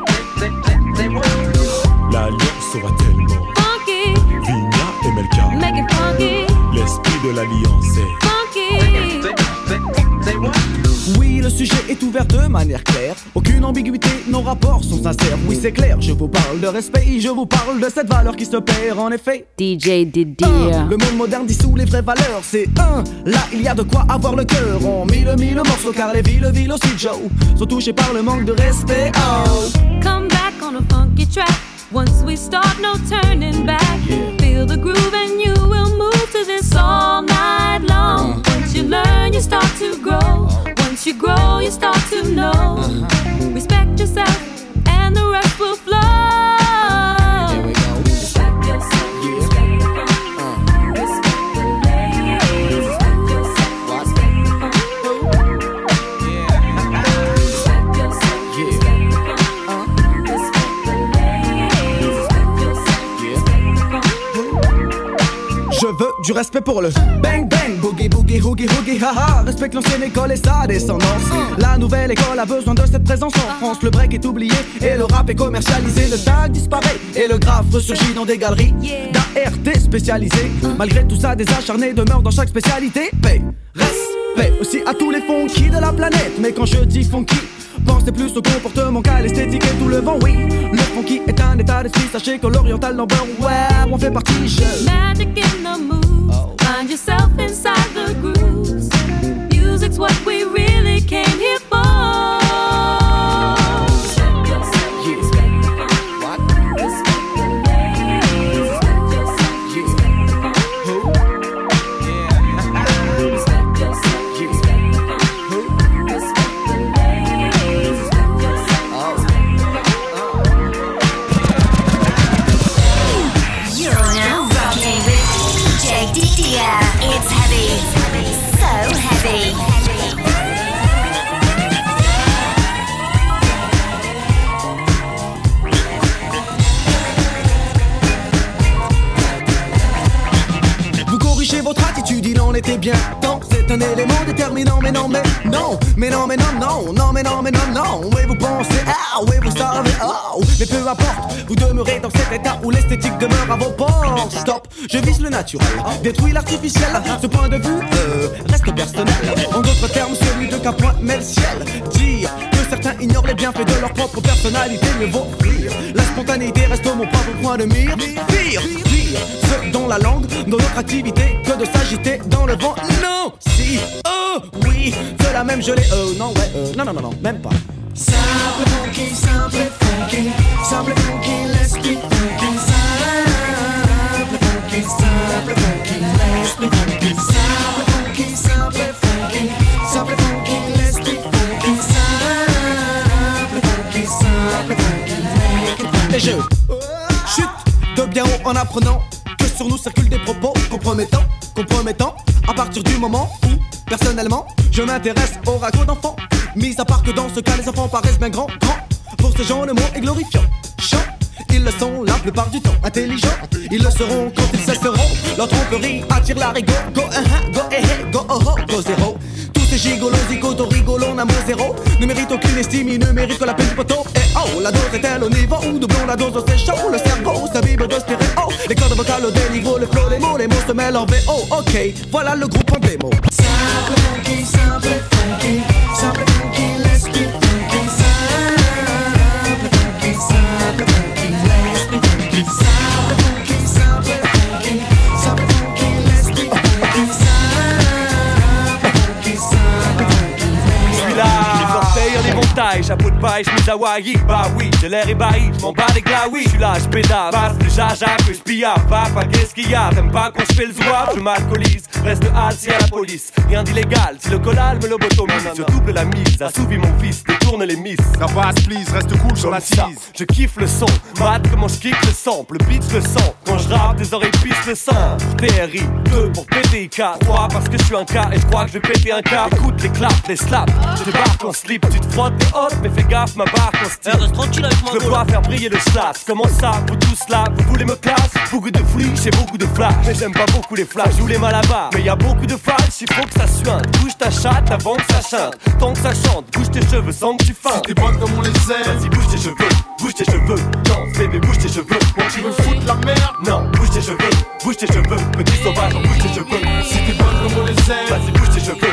l'alliance va tellement funky, Vigna et Melka, make it funky, l'esprit de l'alliance est funky. Oui, le sujet est ouvert de manière claire. Aucune ambiguïté, nos rapports sont sincères. Oui, c'est clair, je vous parle de respect, je vous parle de cette valeur qui se perd en effet. DJ Didier. Le monde moderne dissout les vraies valeurs. C'est là il y a de quoi avoir le cœur. On mille morceaux car les villes aussi Joe sont touchés par le manque de respect. Oh. Come back on a funky track. Once we start, no turning back. Feel the groove and you will move to this all night long. Once you learn, you start to grow. Once you grow, you start to know. Respect yourself and the rest will flow. Here we go. Respect yourself, respect the fun. Respect the ladies, respect yourself, respect the fun. Respect yourself, respect the fun. Respect the ladies, respect yourself, respect the fun. Je veux du respect pour le bang bang, boogie boogie hoogie hoogie haha. Respecte l'ancienne école et sa descendance. La nouvelle école a besoin de cette présence en France. Le break est oublié et le rap est commercialisé. Le tag disparaît et le graphe ressurgit dans des galeries d'ART spécialisées. Malgré tout ça, des acharnés demeurent dans chaque spécialité. Paix, respect aussi à tous les funky de la planète. Mais quand je dis funky, pensez plus au comportement qu'à l'esthétique et tout le vent, oui. Le funky est un état d'esprit, sachez que l'oriental number one, on fait partie. Magic in the moves, find yourself inside the grooves. Music's what we really came here for. Respect yourself, respect the fun. Respect the ladies, respect yourself, respect the fun. Respect yourself, respect the fun. Respect the ladies, respect yourself, respect the fun. You're now rocking with DJ Didier. It's heavy, so heavy. Vous corrigez votre attitude, il en était bien temps. C'est est un élément déterminant. Mais non, mais non, mais non, mais non, non, non, mais non, mais non, non. Oui, vous pensez, ah, oui, vous savez, oh. Mais peu importe, vous demeurez dans cet état où l'esthétique demeure à vos portes. Stop, je vise le naturel, détruis l'artificiel. Ce point de vue reste personnel. En d'autres termes, celui de qu'un point met le ciel. Dire que certains ignorent les bienfaits de leur propre personnalité, mieux vaut fuir. La spontanéité reste mon propre point de mire. Pire, ce dont la langue, dans notre activité, que de s'agiter dans le vent. Non, si, oh, oui, de la même gelée. Non, ouais, non, non, non, non, même pas. Simple funky, simple funky, simple funky, let's be funky. Simple funky, simple funky, let's be funky. Simple funky, simple funky, simple funky, let's be funky. Simple funky, simple funky, let's be funky. Et je chute de bien haut en apprenant que sur nous circulent des propos compromettants, à partir du moment où, personnellement, je m'intéresse aux ragots d'enfants. Mis à part que dans ce cas, les enfants paraissent bien grands. Pour ces gens, le mot est glorifiant. Chant, ils le sont la plupart du temps. Intelligents, ils le seront quand ils cesseront. Leur tromperie attire la rigo. Go, go, go, go, zéro. Tous ces gigolos, zigotos, rigolons, n'amour zéro. Ne méritent aucune estime, ils ne méritent que la peine du poteau. Et oh, la dose est-elle au niveau où doublons la dose, c'est chaud. Le cerveau s'abîme de stéréo. Les cordes vocales au déniveau, le flow, les mots se mêlent en VO. Ok, voilà le groupe en démo. Simple funky, simple funky, simple funky, let's be funky. Simple funky, simple funky, let's be funky. Simple funky, simple funky, simple funky, let's be funky. Simple funky, simple funky. Je suis là, les orteils en éventail, chapeau de paille, chemise Hawaii. Bah oui, j'ai l'air ébahi, je m'en bats les glaouis. Je suis là, je pédale, passe le jaja que je pilla. Papa, qu'est-ce qu'il y a? T'aimes pas quand je fais le zouave? Je m'alcoolise, reste hal si à la police. Rien d'illégal, si le collal me lobotomise. Je double la mise, assouvis mon fils, détourne les miss. La basse, please, reste cool sur la cise. Je kiffe le son, mat comment je kick le sample. Le beat le sens, quand je rappe, tes oreilles pissent le sang. TRI, 2 pour péter K, 3 parce que je suis un K et je crois que je vais péter un K. Écoute les claps, les slaps, je débarque en slip. Tu te frottes, t'es hot, mais fais gaffe, ma barre en style. Reste tranquille avec moi. Je dois faire briller le slash. Comment ça, vous tous là, vous voulez me classe? Beaucoup de flics, j'ai beaucoup de flash. Mais j'aime pas beaucoup les flashs, je joue les malabars. Mais y a beaucoup de flash, il faut que ça suinte. Bouge ta chatte avant que ça chante. Tant que ça chante, bouge tes cheveux sans que tu feintes. Si t'es bonne comme on les aime, vas-y bouge tes cheveux, bouge tes cheveux. Danse bébé, bouge tes cheveux. Quand tu veux foutre la merde, non, bouge tes cheveux, petit sauvage, bouge tes cheveux. Si t'es bonne comme on les aime, vas-y bouge tes cheveux,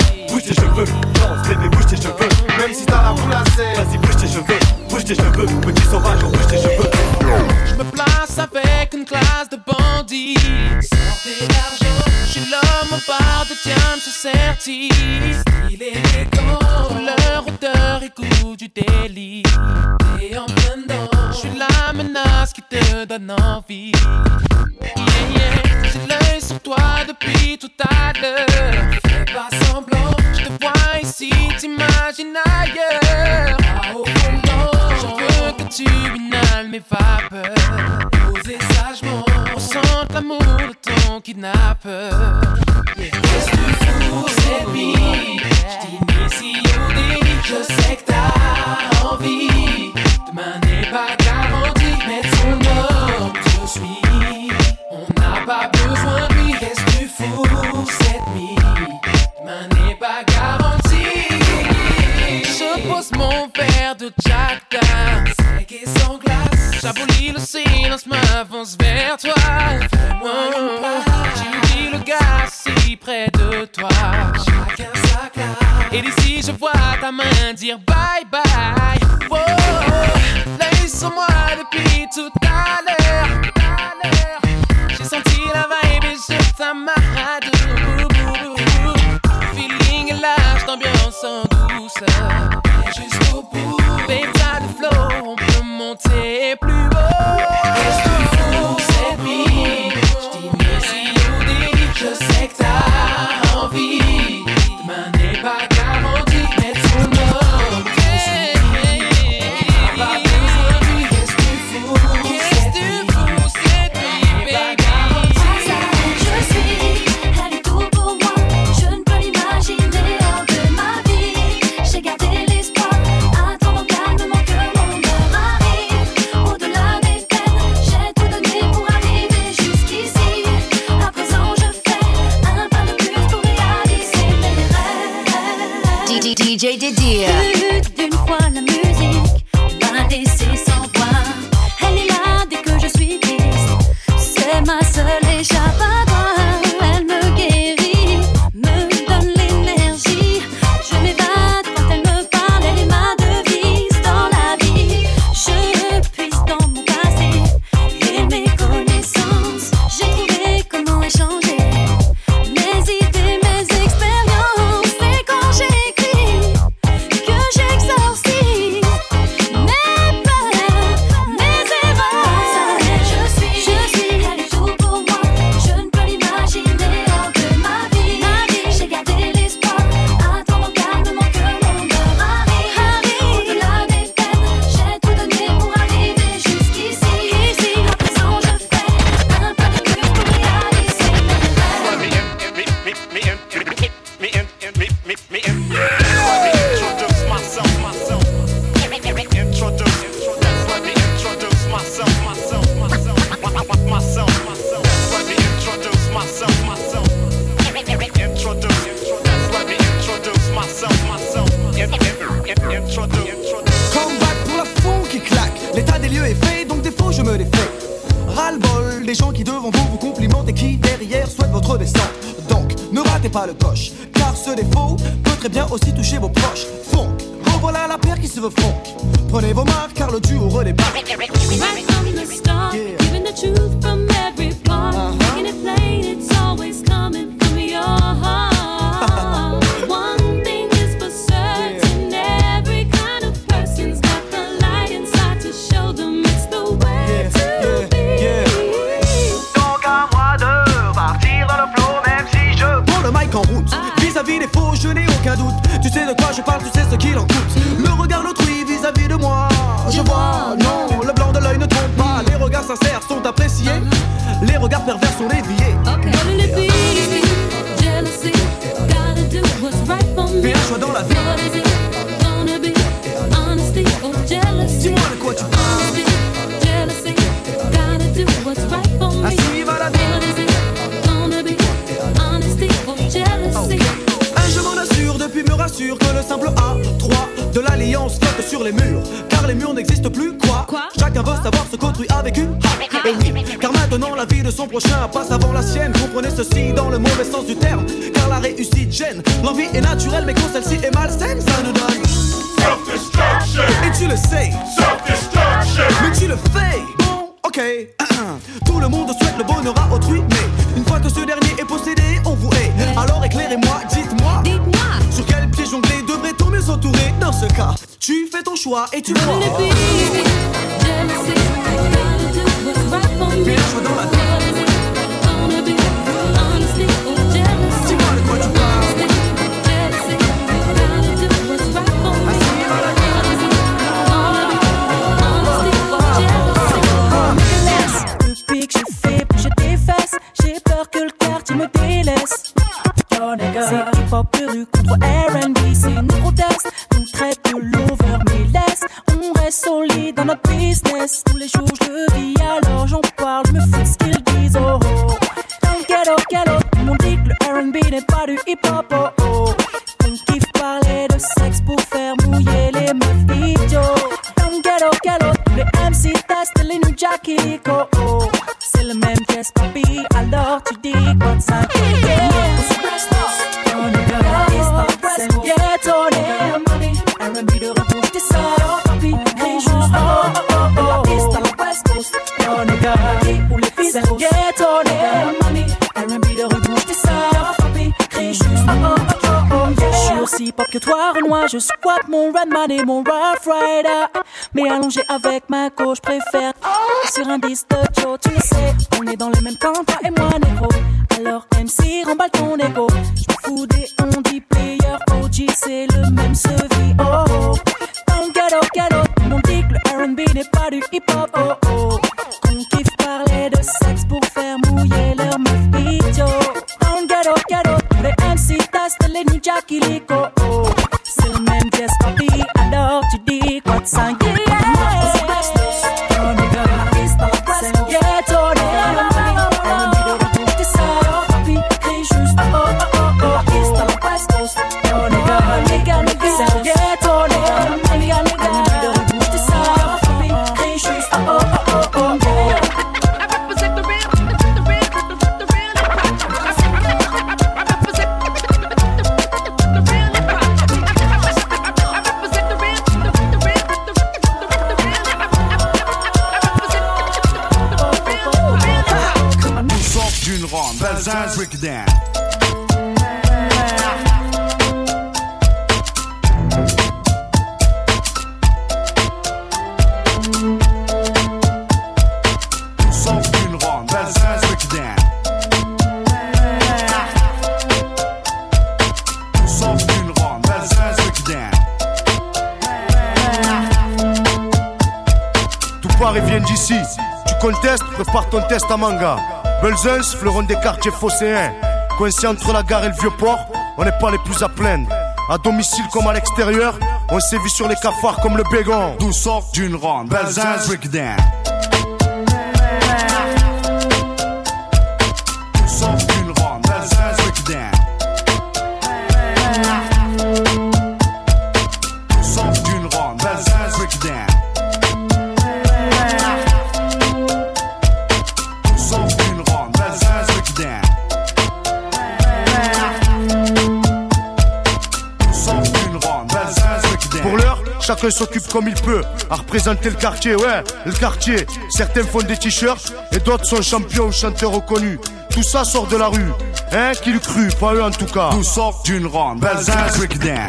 danse bébé, bouge tes cheveux. Même si t'as la boule à serre, vas-y bouge tes cheveux, petit sauvage, bouge tes cheveux. Je me place avec une classe de bandits. Sortez l'argent, je suis l'homme au bar de Diane, je certifie. Style élégant, couleur, odeur et goût du délit. Et en plein dedans, je suis la menace qui te donne envie. Yeah, yeah, j'ai l'œil sur toi depuis tout à l'heure. Fais pas semblant, je te vois ici, t'imagines ailleurs. Pas au volant, je veux que tu inhales mes vapeurs. Posez sagement, ressente l'amour de ton kidnappeur. Yeah. Qu'est-ce que tu fous cette nuit? J't'initie au délit, je sais que t'as envie. Demain n'est pas garanti, mais ton homme je suis. On n'a pas besoin de lui, qu'est-ce que tu fous cette nuit? Demain n'est pas garanti. Je pose mon verre de Jack Daniels, sec et sans glace. J'abolis le silence, m'avance vers toi. Tu dis le gars si près de toi. Chacun sa classe. Et d'ici je vois ta main dire bye bye. Oh, l'œil sur moi depuis tout à l'heure. J'ai senti la vibe et je t'amarre. Feeling est lâche, d'ambiance en douceur. Et jusqu'au bout, babe, t'as le flow, on peut monter plus haut. Qu'est-ce que tu fous cette nuit? J't'initie au délit, je sais que t'as envie. Demain n'est pas garanti, mais ton homme je suis. On n'a pas besoin de lui, qu'est-ce que tu fous cette nuit, baby? Je suis, elle est tout pour moi. Je ne peux l'imaginer hors de ma vie. J'ai gardé DJ Didier. D'une fois la musique m'a laissé sans voix. Elle est là dès que je suis triste. C'est ma seule échappatoire. Elle me guérit, me donne l'énergie. Je m'évade quand elle me parle. Elle est ma devise dans la vie. Je puise dans mon passé et mes connaissances. J'ai trouvé comment échanger mes idées, mes expériences. C'est quand j'écris que j'exorcise mes peurs, mes erreurs. Je suis, elle est tout pour moi. Je ne peux l'imaginer hors de ma vie. J'ai gardé l'espoir, attendant calmement que mon heure arrive. Au-delà des peines, j'ai tout donné pour arriver jusqu'ici. À présent, je fais un pas de plus pour réaliser mes rêves. Comeback pour la fond qui claque. L'état des lieux est fait, donc des faux je me défais. Ras-le-bol des gens qui devant vous complimentent et qui derrière souhaitent votre descente. Donc ne ratez pas le coche, car ce défaut peut très bien aussi toucher vos proches. Funk, revoilà la paire qui se veut funk. Prenez vos marques car le duo redébarque. Right from the start, giving the truth from every part. Making it plain, it's always coming from your heart. One thing is for certain, every kind of person's got the light inside to show them it's the way to be. Donc à moi de partir dans le flow, même si je prends le mic en route. Vis-à-vis des faux, je n'ai aucun doute. Tu sais de quoi je parle, tu sais ce qu'il en coûte. Le regard d'autrui vis-à-vis de moi, je vois, non, le blanc de l'œil ne trompe pas. Les regards sincères sont appréciés, les regards pervers sont déviés. Will it be jealousy? Gotta do what's right for me. Fais un choix dans la vie. What is it gonna be? Honesty or jealousy? Dis-moi de quoi tu parles. Honesty, jealousy. Gotta do what's right for me. Ainsi va la vie. What is it gonna be? Honesty or jealousy? Je m'en assure depuis me rassure que le simple A3 de l'alliance flotte sur les murs. Car les murs n'existent plus, quoi. Chacun veut savoir ce qu'autrui a vécu. Et oui, car maintenant la vie de son prochain passe avant la sienne. Comprenez ceci dans le mauvais sens du terme. Car la réussite gêne. L'envie est naturelle, mais quand celle-ci est malsaine, ça nous donne Self-destruction. Et tu le sais. Self-destruction. Mais tu le fais. Bon, ok. Tout le monde souhaite le bonheur à autrui, mais une fois que ce dernier est possédé, on vous hait. Alors éclairez-moi, dites-moi. Sur quel pied jongler devrait-on mieux s'entourer? Dans ce cas, tu fais ton choix et tu vois. Will it be jealousy? Gotta do what's right for me. Fais un choix dans la vie. What is it gonna be? Honesty or jealousy? Dis-moi de quoi tu parles. Jealousy. Gotta do what's right for me. What is it gonna be? Honesty or jealousy? Depuis que j'ai fait bouger tes fesses, j'ai peur que le quartier me délaisse. C'est hip-hop pur contre R&B, c'est une proteste. Donc traite de l'over, mais laisse. On reste solide dans notre business. Tous les jours je le vis, alors j'en parle, je me fous de ce qu'ils disent. Oh oh. Dans le ghetto, tout le monde dit que le R&B n'est pas du hip-hop. Oh oh. On kiffe parler de sexe pour faire mouiller les meufs idiots. Dans le ghetto, tous les MC testent les New Jack Illico. Oh oh. C'est le même test, papi, alors tu dis quoi de ça? R&B de retour, t'es ça, papi, crie juste oh oh oh oh. La piste à la West Coast, oh nigga, où les filles sont ghetto, R&B de retour, t'es ça, papi, crie juste oh oh oh oh oh. Je suis aussi pop que toi, Renoir, je squatte mon Redman et mon Rough Rider. Mais allongé avec ma gauche, préfère sur un disque de Joe, tu le sais. On est dans le même camp, toi et moi, négro. Alors MC, remballe ton ego. J'me fous des on dit player, OG, c'est le même sevi, oh oh. Dans le ghetto, tout le monde dit que le R&B n'est pas du hip-hop, oh oh. Qu'on kiffe parler de sexe pour faire mouiller leur meuf idiot. Dans le ghetto, tous les MC testent les New Jack Illico, oh. C'est le même yes, papi, alors tu dis quoi de ça, yeah. C'est le ghetto, R&B de retour, t'es ça, papi, crie juste oh oh oh oh. La piste à la West Coast, oh nigga, et viennent d'ici. Tu contestes, prépare ton test à manga. Belzens, fleuron des quartiers phocéens. Coincé entre la gare et le vieux port, on n'est pas les plus à plaindre. À domicile comme à l'extérieur, on sévit sur les cafards comme le bégon. D'où sort d'une ronde, Belzins breakdown. D'où sort d'une ronde, Belzins breakdown. D'où sort d'une ronde, Belzins breakdown. D'où sort d'une ronde, Belzins breakdown. Pour l'heure, chacun s'occupe comme il peut à représenter le quartier, ouais, le quartier. Certains font des t-shirts et d'autres sont champions ou chanteurs reconnus. Tout ça sort de la rue, hein, qui l'eût cru, pas eux en tout cas. D'où sort d'une ronde, Belzins breakdown.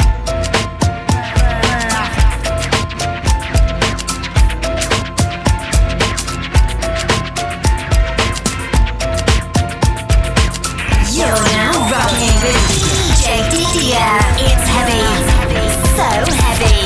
You're now rocking with DJ Didier. It's heavy, so heavy.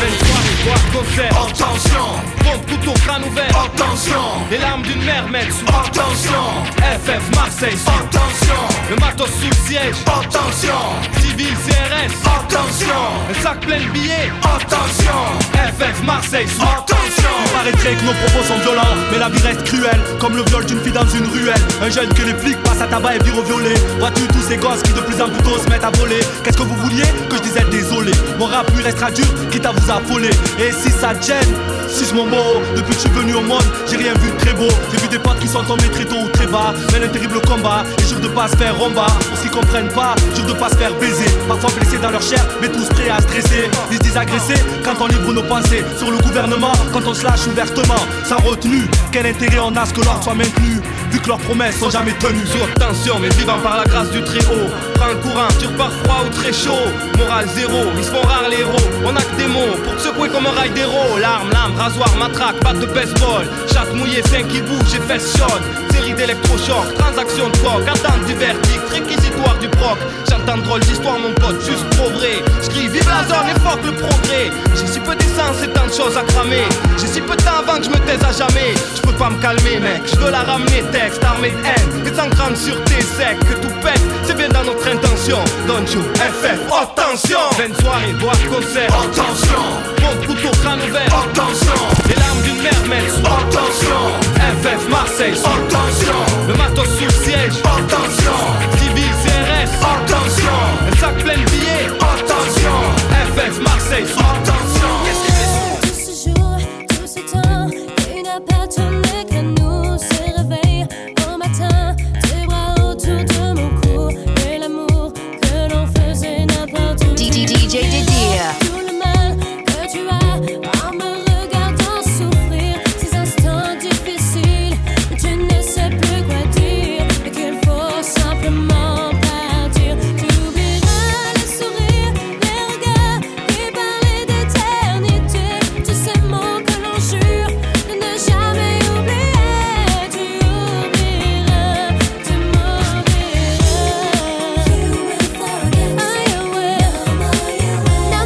Attention, pompe couteau crâne ouvert. Attention, les larmes d'une mère mènent sous. Attention, FF Marseille. Attention, le matos sous le siège. Attention, civil CRS. Attention, un sac plein de billets. Attention, FF Marseille. Attention. Il paraîtrait que nos propos sont violents, mais la vie reste cruelle, comme le viol d'une fille dans une ruelle. Un jeune que les flics passent à tabac et virent au violet. Vois-tu tous ces gosses qui de plus en plus tôt se mettent à voler? Qu'est-ce que vous vouliez? Que je disais désolé. Mon rap lui restera dur, quitte à vous affoler. Et si ça te gêne, suce mon mot. Depuis que je suis venu au monde, j'ai rien vu de très beau. J'ai vu des potes qui sont tombés très tôt ou très bas. Mais un terrible combat, et jure de pas se faire romba. Pour ceux qui comprennent pas, jure de pas se faire baiser. Parfois blessés dans leur chair, mais tous prêts à stresser. Ils se disent agressés quand on livre nos pensées sur le gouvernement, quand on se lâche ouvertement, sans retenue. Quel intérêt on a à ce que l'ordre soit maintenu, vu que leurs promesses sont jamais tenues. Sous haute tension, mais vivant par la grâce du très haut. Prends le courant, dur par froid ou très chaud. Morale zéro, ils se font rares les héros. On a que des mots pour te secouer comme un rail d'héros. Larmes, lames, rasoir, matraque, batte de baseball. Chatte mouillée, sein qui bouge et fesses chaudes. Série d'électrochocs, transaction de coq, attente du verdict, réquisitoire du proc. J'entends de drôles d'histoires mon pote, juste trop vrai. J'crie vive la zone et fuck le progrès. J'ai si peu d'essence et tant de choses à cramer. J'ai si peu de temps avant que je me taise à jamais. Je peux pas me calmer mec, je veux la ramener texte armée de haine. Et sans crâne sur tes secs, que tout pète, c'est bien dans notre intention. Don't you FF, attention. Fin de soirée, boîte concert, attention. Pompe couteau crâne ouvert, attention. Les larmes d'une mère mènent sous, attention. FF Marseille, attention. Le matos sous le siège, attention. Civil CRS, attention. Un sac plein de billets, attention. FF Marseille, attention. Tout ce jour, tout ce temps, il n'a pas tourné qu'à nous se réveille au matin, tes bras autour de mon cou et l'amour que l'on faisait n'importe où. DJ Didier. Tout le mal que tu as en me regardant souffrir, ces instants difficiles où tu ne sais plus quoi dire et qu'il faut simplement partir. Tu oublieras les sourires, les regards qui parlaient d'éternité, tous ces mots que l'on jure de ne jamais oublier. Tu oublieras, tu m'oublieras. You will forget. I will.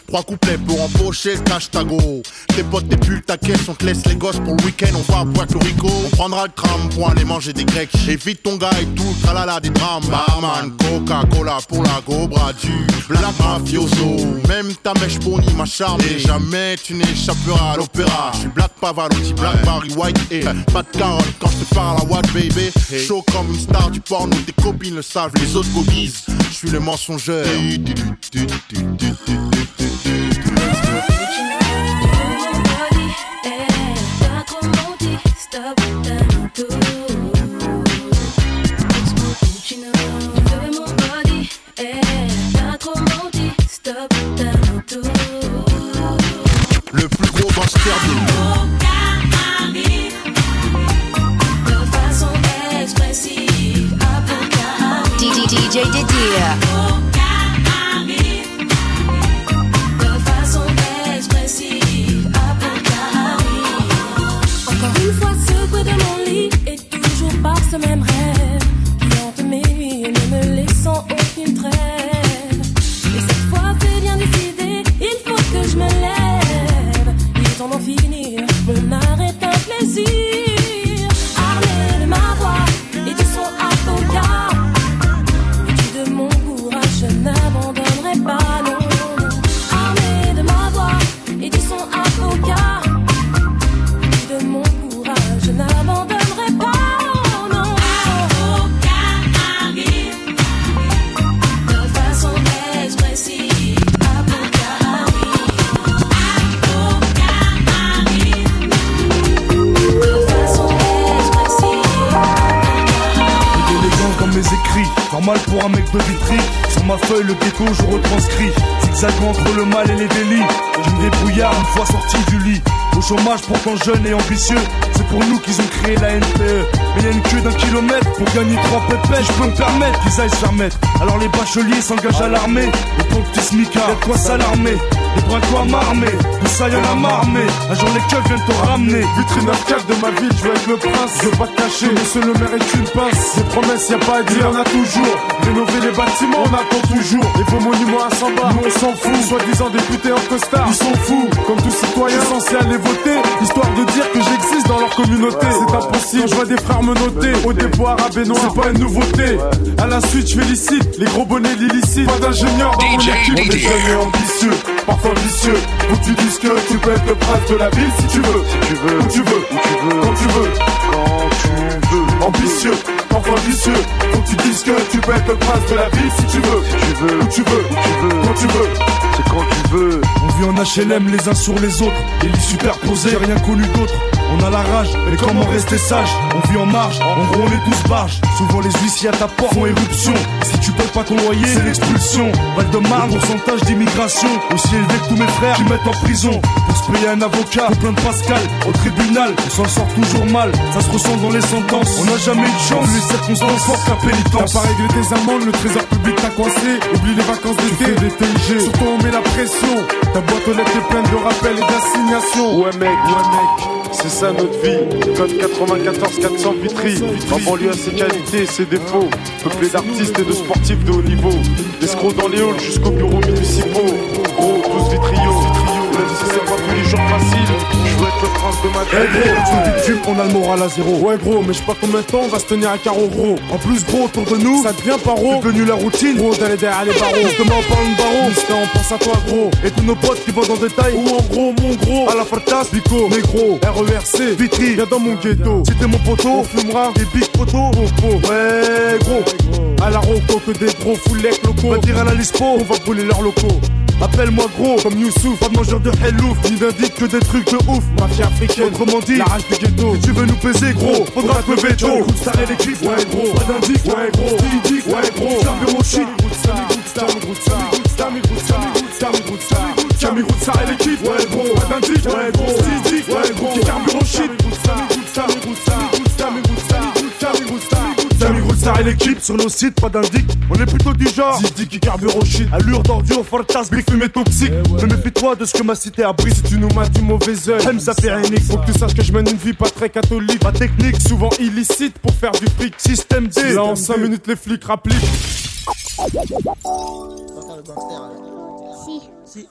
3 couplets pour empocher le cash tago. Tes potes, tes pulls, ta caisse, on te laisse les gosses pour le week-end. On va à Puerto Rico, on prendra le tram pour aller manger des grecs. Évite ton gars et tout, tralala des drames. Barman, Coca-Cola pour la Gobra, du black mafioso. Même ta mèche pony m'a charmé. Jamais tu n'échapperas à l'opéra. Je suis Black Pavarotti, Black Barry White et pas de carotte quand je te parle à what baby. Chaud comme une star du porno, tes copines le savent, les autres gobies. Je suis le mensongeur. Le plus gros gangster du monde. De façon expressive, DJ Didier. De façon expressive, encore une fois secoué de mon lit et toujours par ce même rêve qui hante mes nuits, ne me laissant aucune trêve. Et cette fois c'est bien décidé, il faut que je me lève. Il est temps d'en finir, mon art est un plaisir. Armé de ma voix et du son avocat, vêtu de mon courage, je n'abandonnerai pas, non. Armé de ma voix et du son avocat, vêtu de mon courage, je n'abandonnerai pas, non. Avocat arrive de façon expressive. Avocat arrive de façon expressive. L'élégance dans mes écrits, normal pour un mec de Vitry. Sur ma feuille le ghetto je retranscris, zigzagant entre le mal et les délits. Je me débrouillard une fois sorti du lit. Au chômage pourtant jeune et ambitieux, c'est pour nous qu'ils ont créé la NPE. Mais y'a une queue d'1 kilomètre pour gagner 3 pépés. Je peux me permettre qu'ils aillent se faire mettre. Alors les bacheliers s'engagent à l'armée. Le pauvre petit smicard, y'a de quoi s'alarmer. Les bras quoi m'armer, tout ça y'en a marmé. Un jour les keufs viennent te ramener. Vitrine arcade de ma ville, je veux être le prince. Je veux pas te cacher, monsieur le maire est une pince. Des promesses y'a pas à dire, on a toujours. Rénover les bâtiments, on attend toujours. Et vos monuments à 100 bars, nous on s'en fout. Soi-disant députés en costard, ils sont fous. Comme tout citoyen censé aller voter, histoire de dire que j'existe dans leur communauté. C'est impossible, je vois des frères me noter. Au dépôt arabe et noir, c'est pas une nouveauté. À la suite, je félicite les gros bonnets l'illicite. Pas d'ingénieur dans mon équipe, mais jeune et ambitieux. Parfois vicieux, où tu dis que tu peux être le prince de la ville si tu veux. Si tu veux, où tu veux, où tu veux, quand tu veux. Quand tu veux. Ambitieux, parfois vicieux, où tu dis que tu peux être le prince de la ville si tu veux. Si tu veux, où tu veux, où tu veux, quand tu veux. C'est quand tu veux. On vit en HLM les uns sur les autres, les lits superposés, j'ai rien connu d'autre. On a la rage, mais comment rester sage? On vit en marge, en gros on est tous barges. Souvent les huissiers à ta porte font éruption. Si tu payes pas ton loyer, c'est l'expulsion. Val-de-Marne, pourcentage d'immigration aussi élevé que tous mes frères qui mettent en prison. Pour se payer un avocat, au plein de Pascal, au tribunal, on s'en sort toujours mal. Ça se ressent dans les sentences, on n'a jamais eu de chance. Les circonstances fortes qu'un pénitence. T'as pas réglé tes amendes, le trésor public t'a coincé. Oublie les vacances d'été, des TIG. Surtout on met la pression. Ta boîte aux lettres est pleine de rappels et d'assignations. Ouais mec, c'est ça notre vie. Code 94 400 Vitry. En banlieue à ses qualités et ses défauts. Peuplé d'artistes et de sportifs de haut niveau. D'escrocs dans les halls jusqu'aux bureaux municipaux. Gros, tous Vitrio. Même si c'est pas tous les jours facile, je veux être le prince de ma vie. Hey gros, tu victime, on a le moral à zéro. Ouais gros, mais je sais pas combien de temps on va se tenir à carreau gros. En plus gros, autour de nous, ça devient paro. C'est devenu la routine, gros, d'aller derrière les barreaux. Justement on parle de barreaux, Mister, on pense à toi gros. Et tous nos potes qui vont dans détail, ou en gros, mon gros. À la Fartas, Bico, Négro, RERC, Vitry, viens dans mon ghetto. Si t'es mon poteau, on fumera des big poteaux. Ouais gros, à la Rocco que des gros foulec locaux. Va dire à la Lispo, on va brûler leurs locaux. Appelle-moi gros, comme Youssouf, pas de mangeur de hellouf, ni d'indique que des trucs de ouf. Mafia africaine, autrement dit, la rage du ghetto. Si tu veux nous peser gros, faudra te lever tôt. Écoute ça et l'équipe, ouais gros, pas d'indique, ouais gros, stylidique, ouais gros, Cameroun shit, Cameroun ça et l'équipe, ouais gros, pas d'indique, ouais gros, stylidique, ouais gros, Cameroun shit, Star et l'équipe sur nos sites, pas d'indic, on est plutôt du genre Zidi qui carbure au shit, allure d'ordure, fortas, big fumée toxique. Ne méfie-toi de ce que ma cité abrite. Si tu nous mates du mauvais oeil, Hamza Pérénique. Faut que tu saches que je mène une vie pas très catholique. Ma technique, souvent illicite pour faire du fric. Système D, là en 5 minutes les flics rappliquent. Si.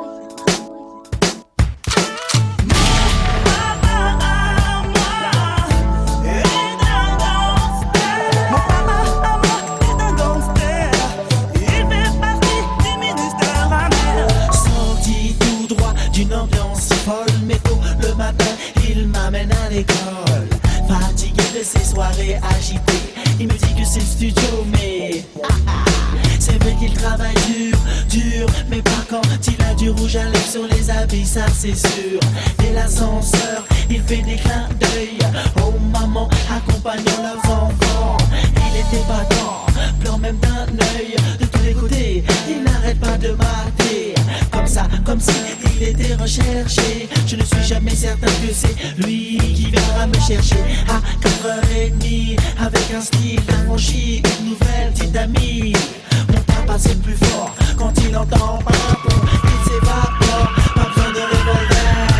D'une ambiance folle, mais tôt le matin, il m'amène à l'école. Fatigué de ces soirées agitées, il me dit que c'est le studio, mais c'est vrai qu'il travaille dur, mais pas quand il a du rouge à lèvres sur les habits, ça c'est sûr. Dès l'ascenseur, il fait des clins d'œil aux mamans accompagnant leurs enfants. Il était battant, pleure même d'un œil. De tous les côtés, il n'arrête pas de mater. Comme ça, comme si il était recherché. Je ne suis jamais certain que c'est lui qui viendra me chercher à 4h30 avec un style affranchi, une nouvelle petite amie. Mon papa c'est le plus fort quand il entend papa, il s'évapore, pas besoin de revolver.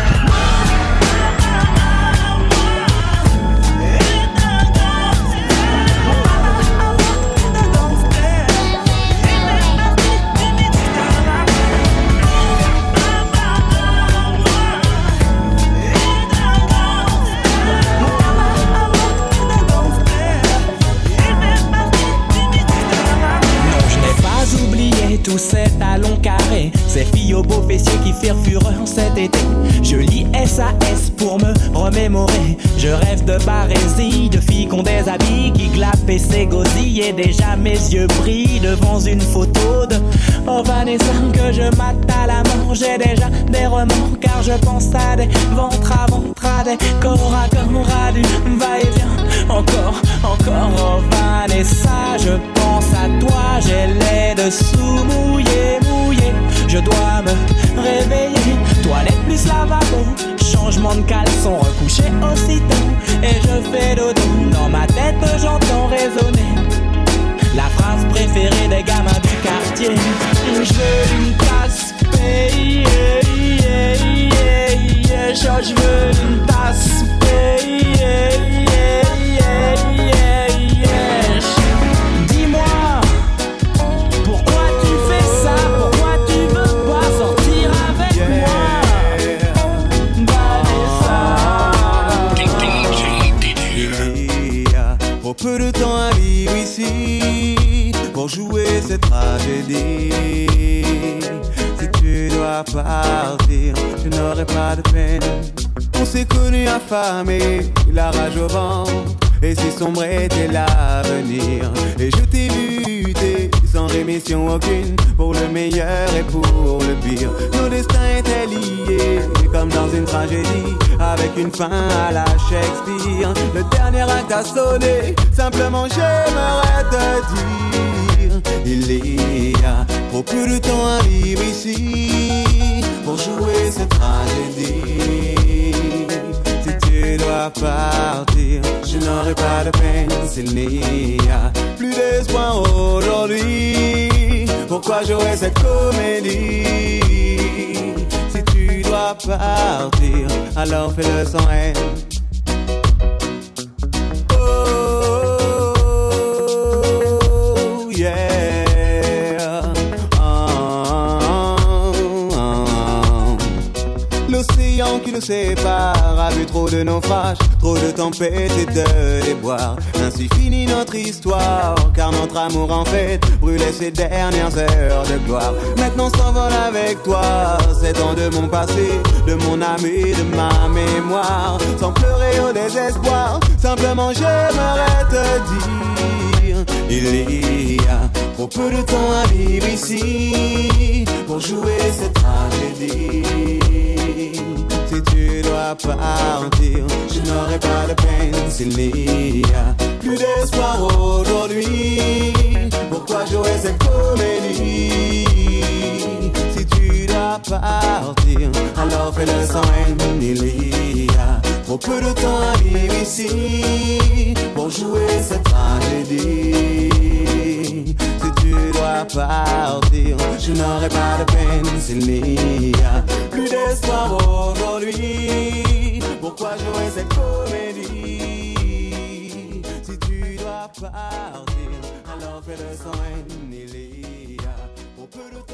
Tous ces talons carrés, ces filles aux beaux fessiers qui firent fureur cet été. Je lis SAS pour me remémorer. Je rêve de barésie, de filles qui ont des habits qui glapent et s'égosillent. Et déjà mes yeux brillent devant une photo de Vanessa que je mate à la mort. J'ai déjà des remords car je pense à des ventres à ventre, à des corps à corps, à du va-et-vient. Encore, Vanessa, je pense à toi. J'ai les dessous mouillés. Je dois me réveiller. Toilette plus lavabo, changement de caleçon, recouché aussitôt. Et je fais dodo. Dans ma tête j'entends résonner la phrase préférée des gamins du quartier. Je veux une tasse payée. Je veux une tasse payée. Dis-moi, pourquoi tu fais ça? Pourquoi tu veux pas sortir avec moi? Vanessa, trop peu de temps à vivre ici pour jouer cette tragédie. Si tu dois partir, je n'aurai pas de peine. On s'est connus affamés, la rage au ventre, et si sombre était l'avenir. Et je t'ai buté sans rémission aucune, pour le meilleur et pour le pire. Nos destins étaient liés comme dans une tragédie, avec une fin à la Shakespeare. Le dernier acte a sonné, simplement j'aimerais te dire, il y a trop peu de temps à vivre ici pour jouer cette tragédie. Si tu dois partir, je n'aurai pas de peine. S'il n'y a plus d'espoir aujourd'hui, pourquoi jouer cette comédie? Si tu dois partir, alors fais-le sans haine. Oh yeah. L'océan qui nous sépare a vu trop de naufrages, trop de tempêtes et de déboires. Ainsi finit notre histoire, car notre amour en fait brûlait ses dernières heures de gloire. Maintenant s'envole avec toi, 7 ans de mon passé, de mon âme et de ma mémoire. Sans pleurer au désespoir, simplement j'aimerais te dire, il y a trop peu de temps à vivre ici pour jouer cette tragédie. Si tu dois partir, je n'aurai pas de peine. S'il n'y a plus d'espoir aujourd'hui, pourquoi jouer cette comédie? Si tu dois partir, alors fais-le sans haine. Il y a trop peu de temps à vivre ici pour jouer cette tragédie. Si tu dois partir, je n'aurai pas de peine. S'il n'y a plus d'espoir aujourd'hui, pourquoi jouer cette comédie? Si tu dois partir, alors fais-le sans haine. Il y a trop peu de temps